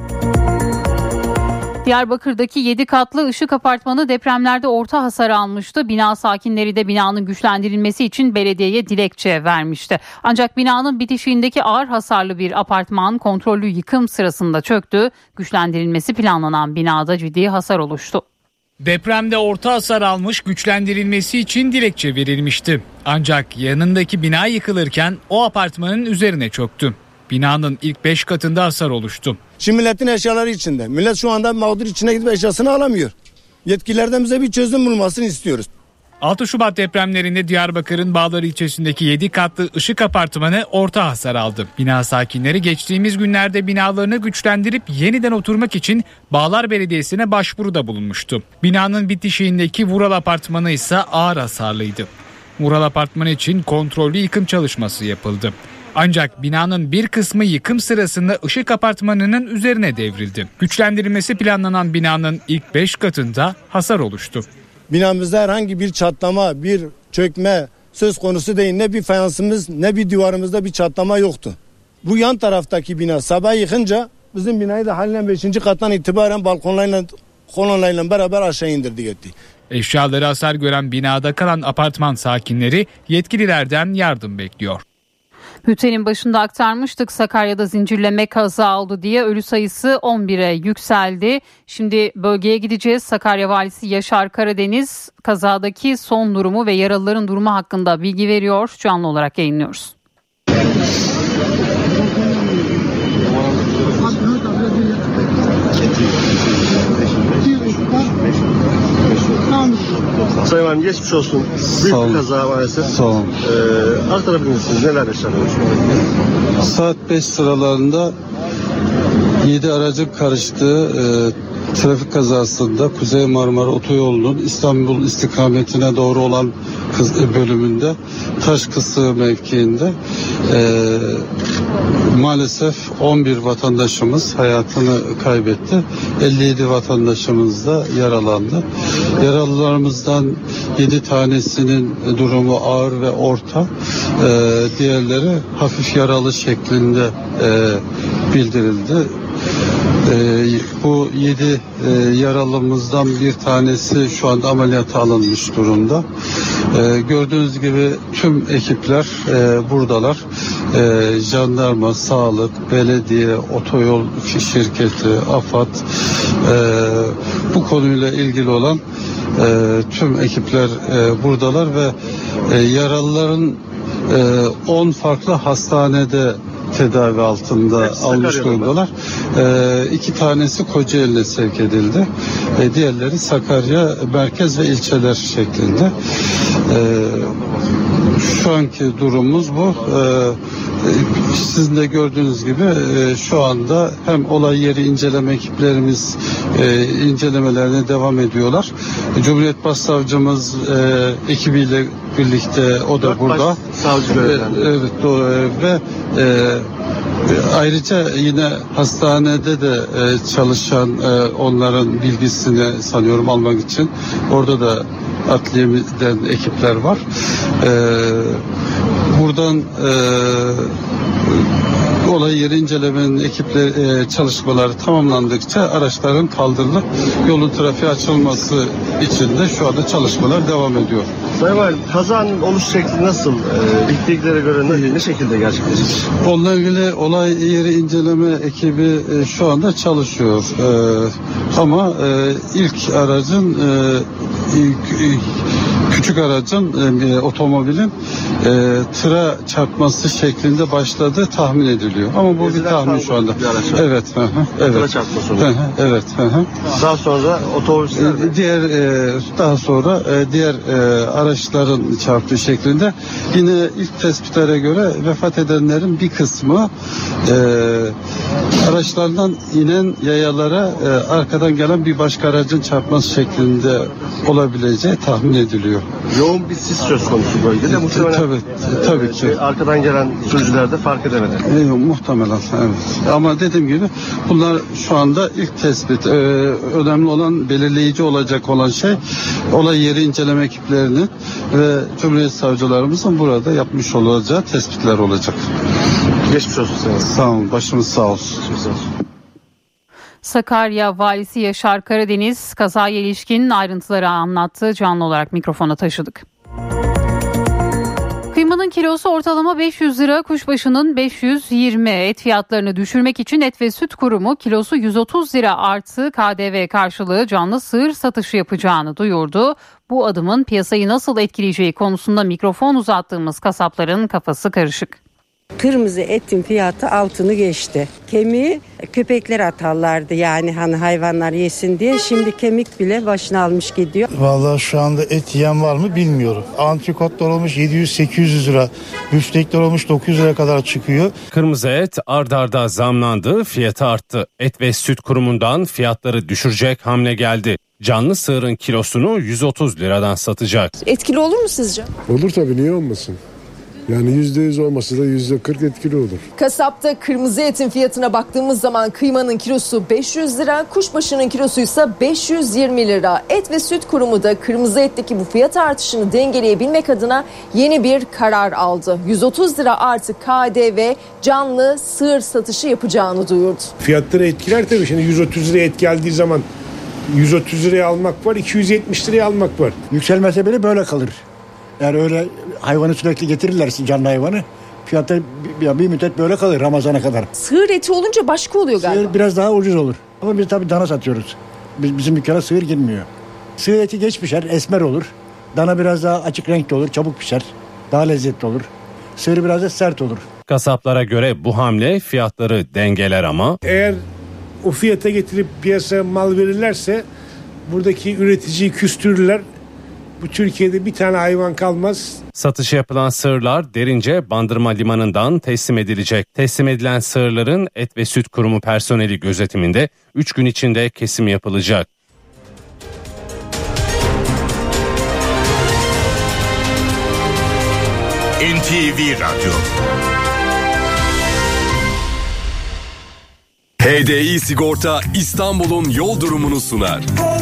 Diyarbakır'daki 7 katlı Işık Apartmanı depremlerde orta hasar almıştı. Bina sakinleri de binanın güçlendirilmesi için belediyeye dilekçe vermişti. Ancak binanın bitişiğindeki ağır hasarlı bir apartman kontrollü yıkım sırasında çöktü. Güçlendirilmesi planlanan binada ciddi hasar oluştu. Depremde orta hasar almış, güçlendirilmesi için dilekçe verilmişti. Ancak yanındaki bina yıkılırken o apartmanın üzerine çöktü. Binanın ilk 5 katında hasar oluştu. Şimdi milletin eşyaları içinde. Millet şu anda mağdur içine gidip eşyasını alamıyor. Yetkililerden bize bir çözüm bulmasını istiyoruz. 6 Şubat depremlerinde Diyarbakır'ın Bağlar ilçesindeki 7 katlı Işık Apartmanı orta hasar aldı. Bina sakinleri geçtiğimiz günlerde binalarını güçlendirip yeniden oturmak için Bağlar Belediyesi'ne başvuruda bulunmuştu. Binanın bitişiğindeki Vural Apartmanı ise ağır hasarlıydı. Vural Apartmanı için kontrollü yıkım çalışması yapıldı. Ancak binanın bir kısmı yıkım sırasında Işık Apartmanı'nın üzerine devrildi. Güçlendirilmesi planlanan binanın ilk 5 katında hasar oluştu. Binamızda herhangi bir çatlama, bir çökme söz konusu değil. Ne bir fayansımız ne bir duvarımızda bir çatlama yoktu. Bu yan taraftaki bina sabah yıkınca bizim binayı da halen 5. kattan itibaren kolonlarla beraber aşağı indirdik etti. Eşyaları hasar gören binada kalan apartman sakinleri yetkililerden yardım bekliyor. Bültenin başında aktarmıştık, Sakarya'da zincirleme kaza oldu diye ölü sayısı 11'e yükseldi. Şimdi bölgeye gideceğiz. Sakarya Valisi Yaşar Karadeniz kazadaki son durumu ve yaralıların durumu hakkında bilgi veriyor. Canlı olarak yayınlıyoruz. Sayın Valim geçmiş olsun. Büyük bir kaza maalesef. Sağ olun. Aktarabilir misiniz? Neler yaşanıyor? Saat 5 sıralarında 7 aracın karıştığı trafik kazasında Kuzey Marmara Otoyolu'nun İstanbul istikametine doğru olan bölümünde Taşkısı mevkiinde maalesef 11 vatandaşımız hayatını kaybetti. 57 vatandaşımız da yaralandı. Yaralılarımızdan 7 tanesinin durumu ağır ve orta. Diğerleri hafif yaralı şeklinde bildirildi. Bu 7 yaralımızdan bir tanesi şu anda ameliyata alınmış durumda. Gördüğünüz gibi tüm ekipler buradalar. Jandarma, sağlık, belediye, otoyol şirketi, AFAD, bu konuyla ilgili olan tüm ekipler buradalar ve yaralıların 10 farklı hastanede tedavi altında almış durumdalar. 2 tanesi Kocaeli'ne sevk edildi. Diğerleri Sakarya merkez ve ilçeler şeklinde. Şu anki durumumuz bu. Sizin de gördüğünüz gibi şu anda hem olay yeri inceleme ekiplerimiz incelemelerine devam ediyorlar. Cumhuriyet Başsavcımız ekibiyle birlikte o da burada. Evet, ve ayrıca yine hastanede de çalışan onların bilgisini sanıyorum almak için orada da adliyeden ekipler var. Buradan olay yeri incelemenin ekipleri çalışmaları tamamlandıkça araçların kaldırılıp yolun trafiğe açılması için de şu anda çalışmalar devam ediyor. Sayın Valim, kazanın oluş şekli nasıl? İlk bilgilere göre ne şekilde gerçekleşecek? Onunla ilgili olay yeri inceleme ekibi şu anda çalışıyor. Ama ilk aracın küçük aracın otomobilin tıra çarpması şeklinde başladığı tahmin ediliyor. Ama bu bir tahmin şu anda. Evet. Evet. Tıra çarpması oldu. Evet. Daha sonra otobüsler daha sonra diğer araçların çarptığı şeklinde. Yine ilk tespitlere göre vefat edenlerin bir kısmı araçlardan inen yayalara arkadan gelen bir başka aracın çarpması şeklinde olabileceği tahmin ediliyor. Yoğun bir sis söz konusu bölgede. Muhtemelen tabii ki. Arkadan gelen sürücüler de fark edemedi. Muhtemelen evet. Ama dediğim gibi bunlar şu anda ilk tespit. Önemli olan, belirleyici olacak olan şey olay yeri inceleme ekiplerinin ve Cumhuriyet Savcılarımızın burada yapmış olacağı tespitler olacak. Geçmiş olsun sana. Sağ olun. Başımız sağ olsun. Sakarya Valisi Yaşar Karadeniz kazaya ilişkin ayrıntıları anlattı. Canlı olarak mikrofona taşıdık. Kıymanın kilosu ortalama 500 lira, kuşbaşının 520. Et fiyatlarını düşürmek için Et ve Süt Kurumu kilosu 130 lira artı KDV karşılığı canlı sığır satışı yapacağını duyurdu. Bu adımın piyasayı nasıl etkileyeceği konusunda mikrofon uzattığımız kasapların kafası karışık. Kırmızı etin fiyatı altını geçti. Kemiği köpekler atarlardı, yani hani hayvanlar yesin diye. Şimdi kemik bile başını almış gidiyor. Vallahi şu anda et yiyen var mı bilmiyorum. Antrikotlar olmuş 700-800 lira. Büftekler olmuş 900 lira kadar çıkıyor. Kırmızı et ard arda zamlandı, fiyatı arttı. Et ve Süt Kurumu'ndan fiyatları düşürecek hamle geldi. Canlı sığırın kilosunu 130 liradan satacak. Etkili olur mu sizce? Olur tabii, niye olmasın? Yani %100 olmasa da %40 etkili olur. Kasapta kırmızı etin fiyatına baktığımız zaman kıymanın kilosu 500 lira, kuşbaşının kilosu ise 520 lira. Et ve Süt Kurumu da kırmızı etteki bu fiyat artışını dengeleyebilmek adına yeni bir karar aldı. 130 lira artı KDV canlı sığır satışı yapacağını duyurdu. Fiyatları etkiler tabii. Şimdi 130 liraya et geldiği zaman 130 liraya almak var, 270 liraya almak var. Yükselmese bile böyle kalır. Yani öyle hayvanı sürekli getirirlerse, canlı hayvanı, fiyatı bir müddet böyle kalır Ramazan'a kadar. Sığır eti olunca başka oluyor galiba. Sığır biraz daha ucuz olur. Ama biz tabii dana satıyoruz. Bizim dükkana sığır girmiyor. Sığır eti geç pişer, esmer olur. Dana biraz daha açık renkli olur, çabuk pişer. Daha lezzetli olur. Sığır biraz da sert olur. Kasaplara göre bu hamle fiyatları dengeler ama... Eğer o fiyata getirip piyasaya mal verirlerse buradaki üreticiyi küstürürler. Bu Türkiye'de bir tane hayvan kalmaz. Satışı yapılan sığırlar Derince Bandırma Limanı'ndan teslim edilecek. Teslim edilen sığırların Et ve Süt Kurumu personeli gözetiminde 3 gün içinde kesim yapılacak. NTV Radyo. HDI Sigorta İstanbul'un yol durumunu sunar.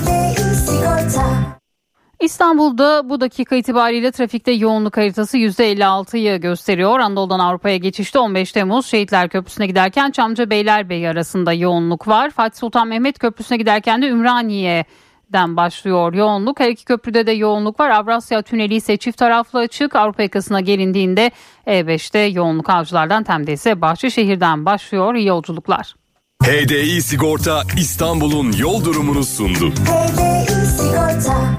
İstanbul'da bu dakika itibariyle trafikte yoğunluk haritası %56'yı gösteriyor. Anadolu'dan Avrupa'ya geçişte 15 Temmuz Şehitler Köprüsü'ne giderken Çamlıca-Beylerbeyi arasında yoğunluk var. Fatih Sultan Mehmet Köprüsü'ne giderken de Ümraniye'den başlıyor yoğunluk. Her iki köprüde de yoğunluk var. Avrasya Tüneli ise çift taraflı açık. Avrupa yakasına gelindiğinde E5'te yoğunluk Avcılar'dan, Tem'de ise Bahçeşehir'den başlıyor. İyi yolculuklar. HDI Sigorta İstanbul'un yol durumunu sundu. HDI Sigorta.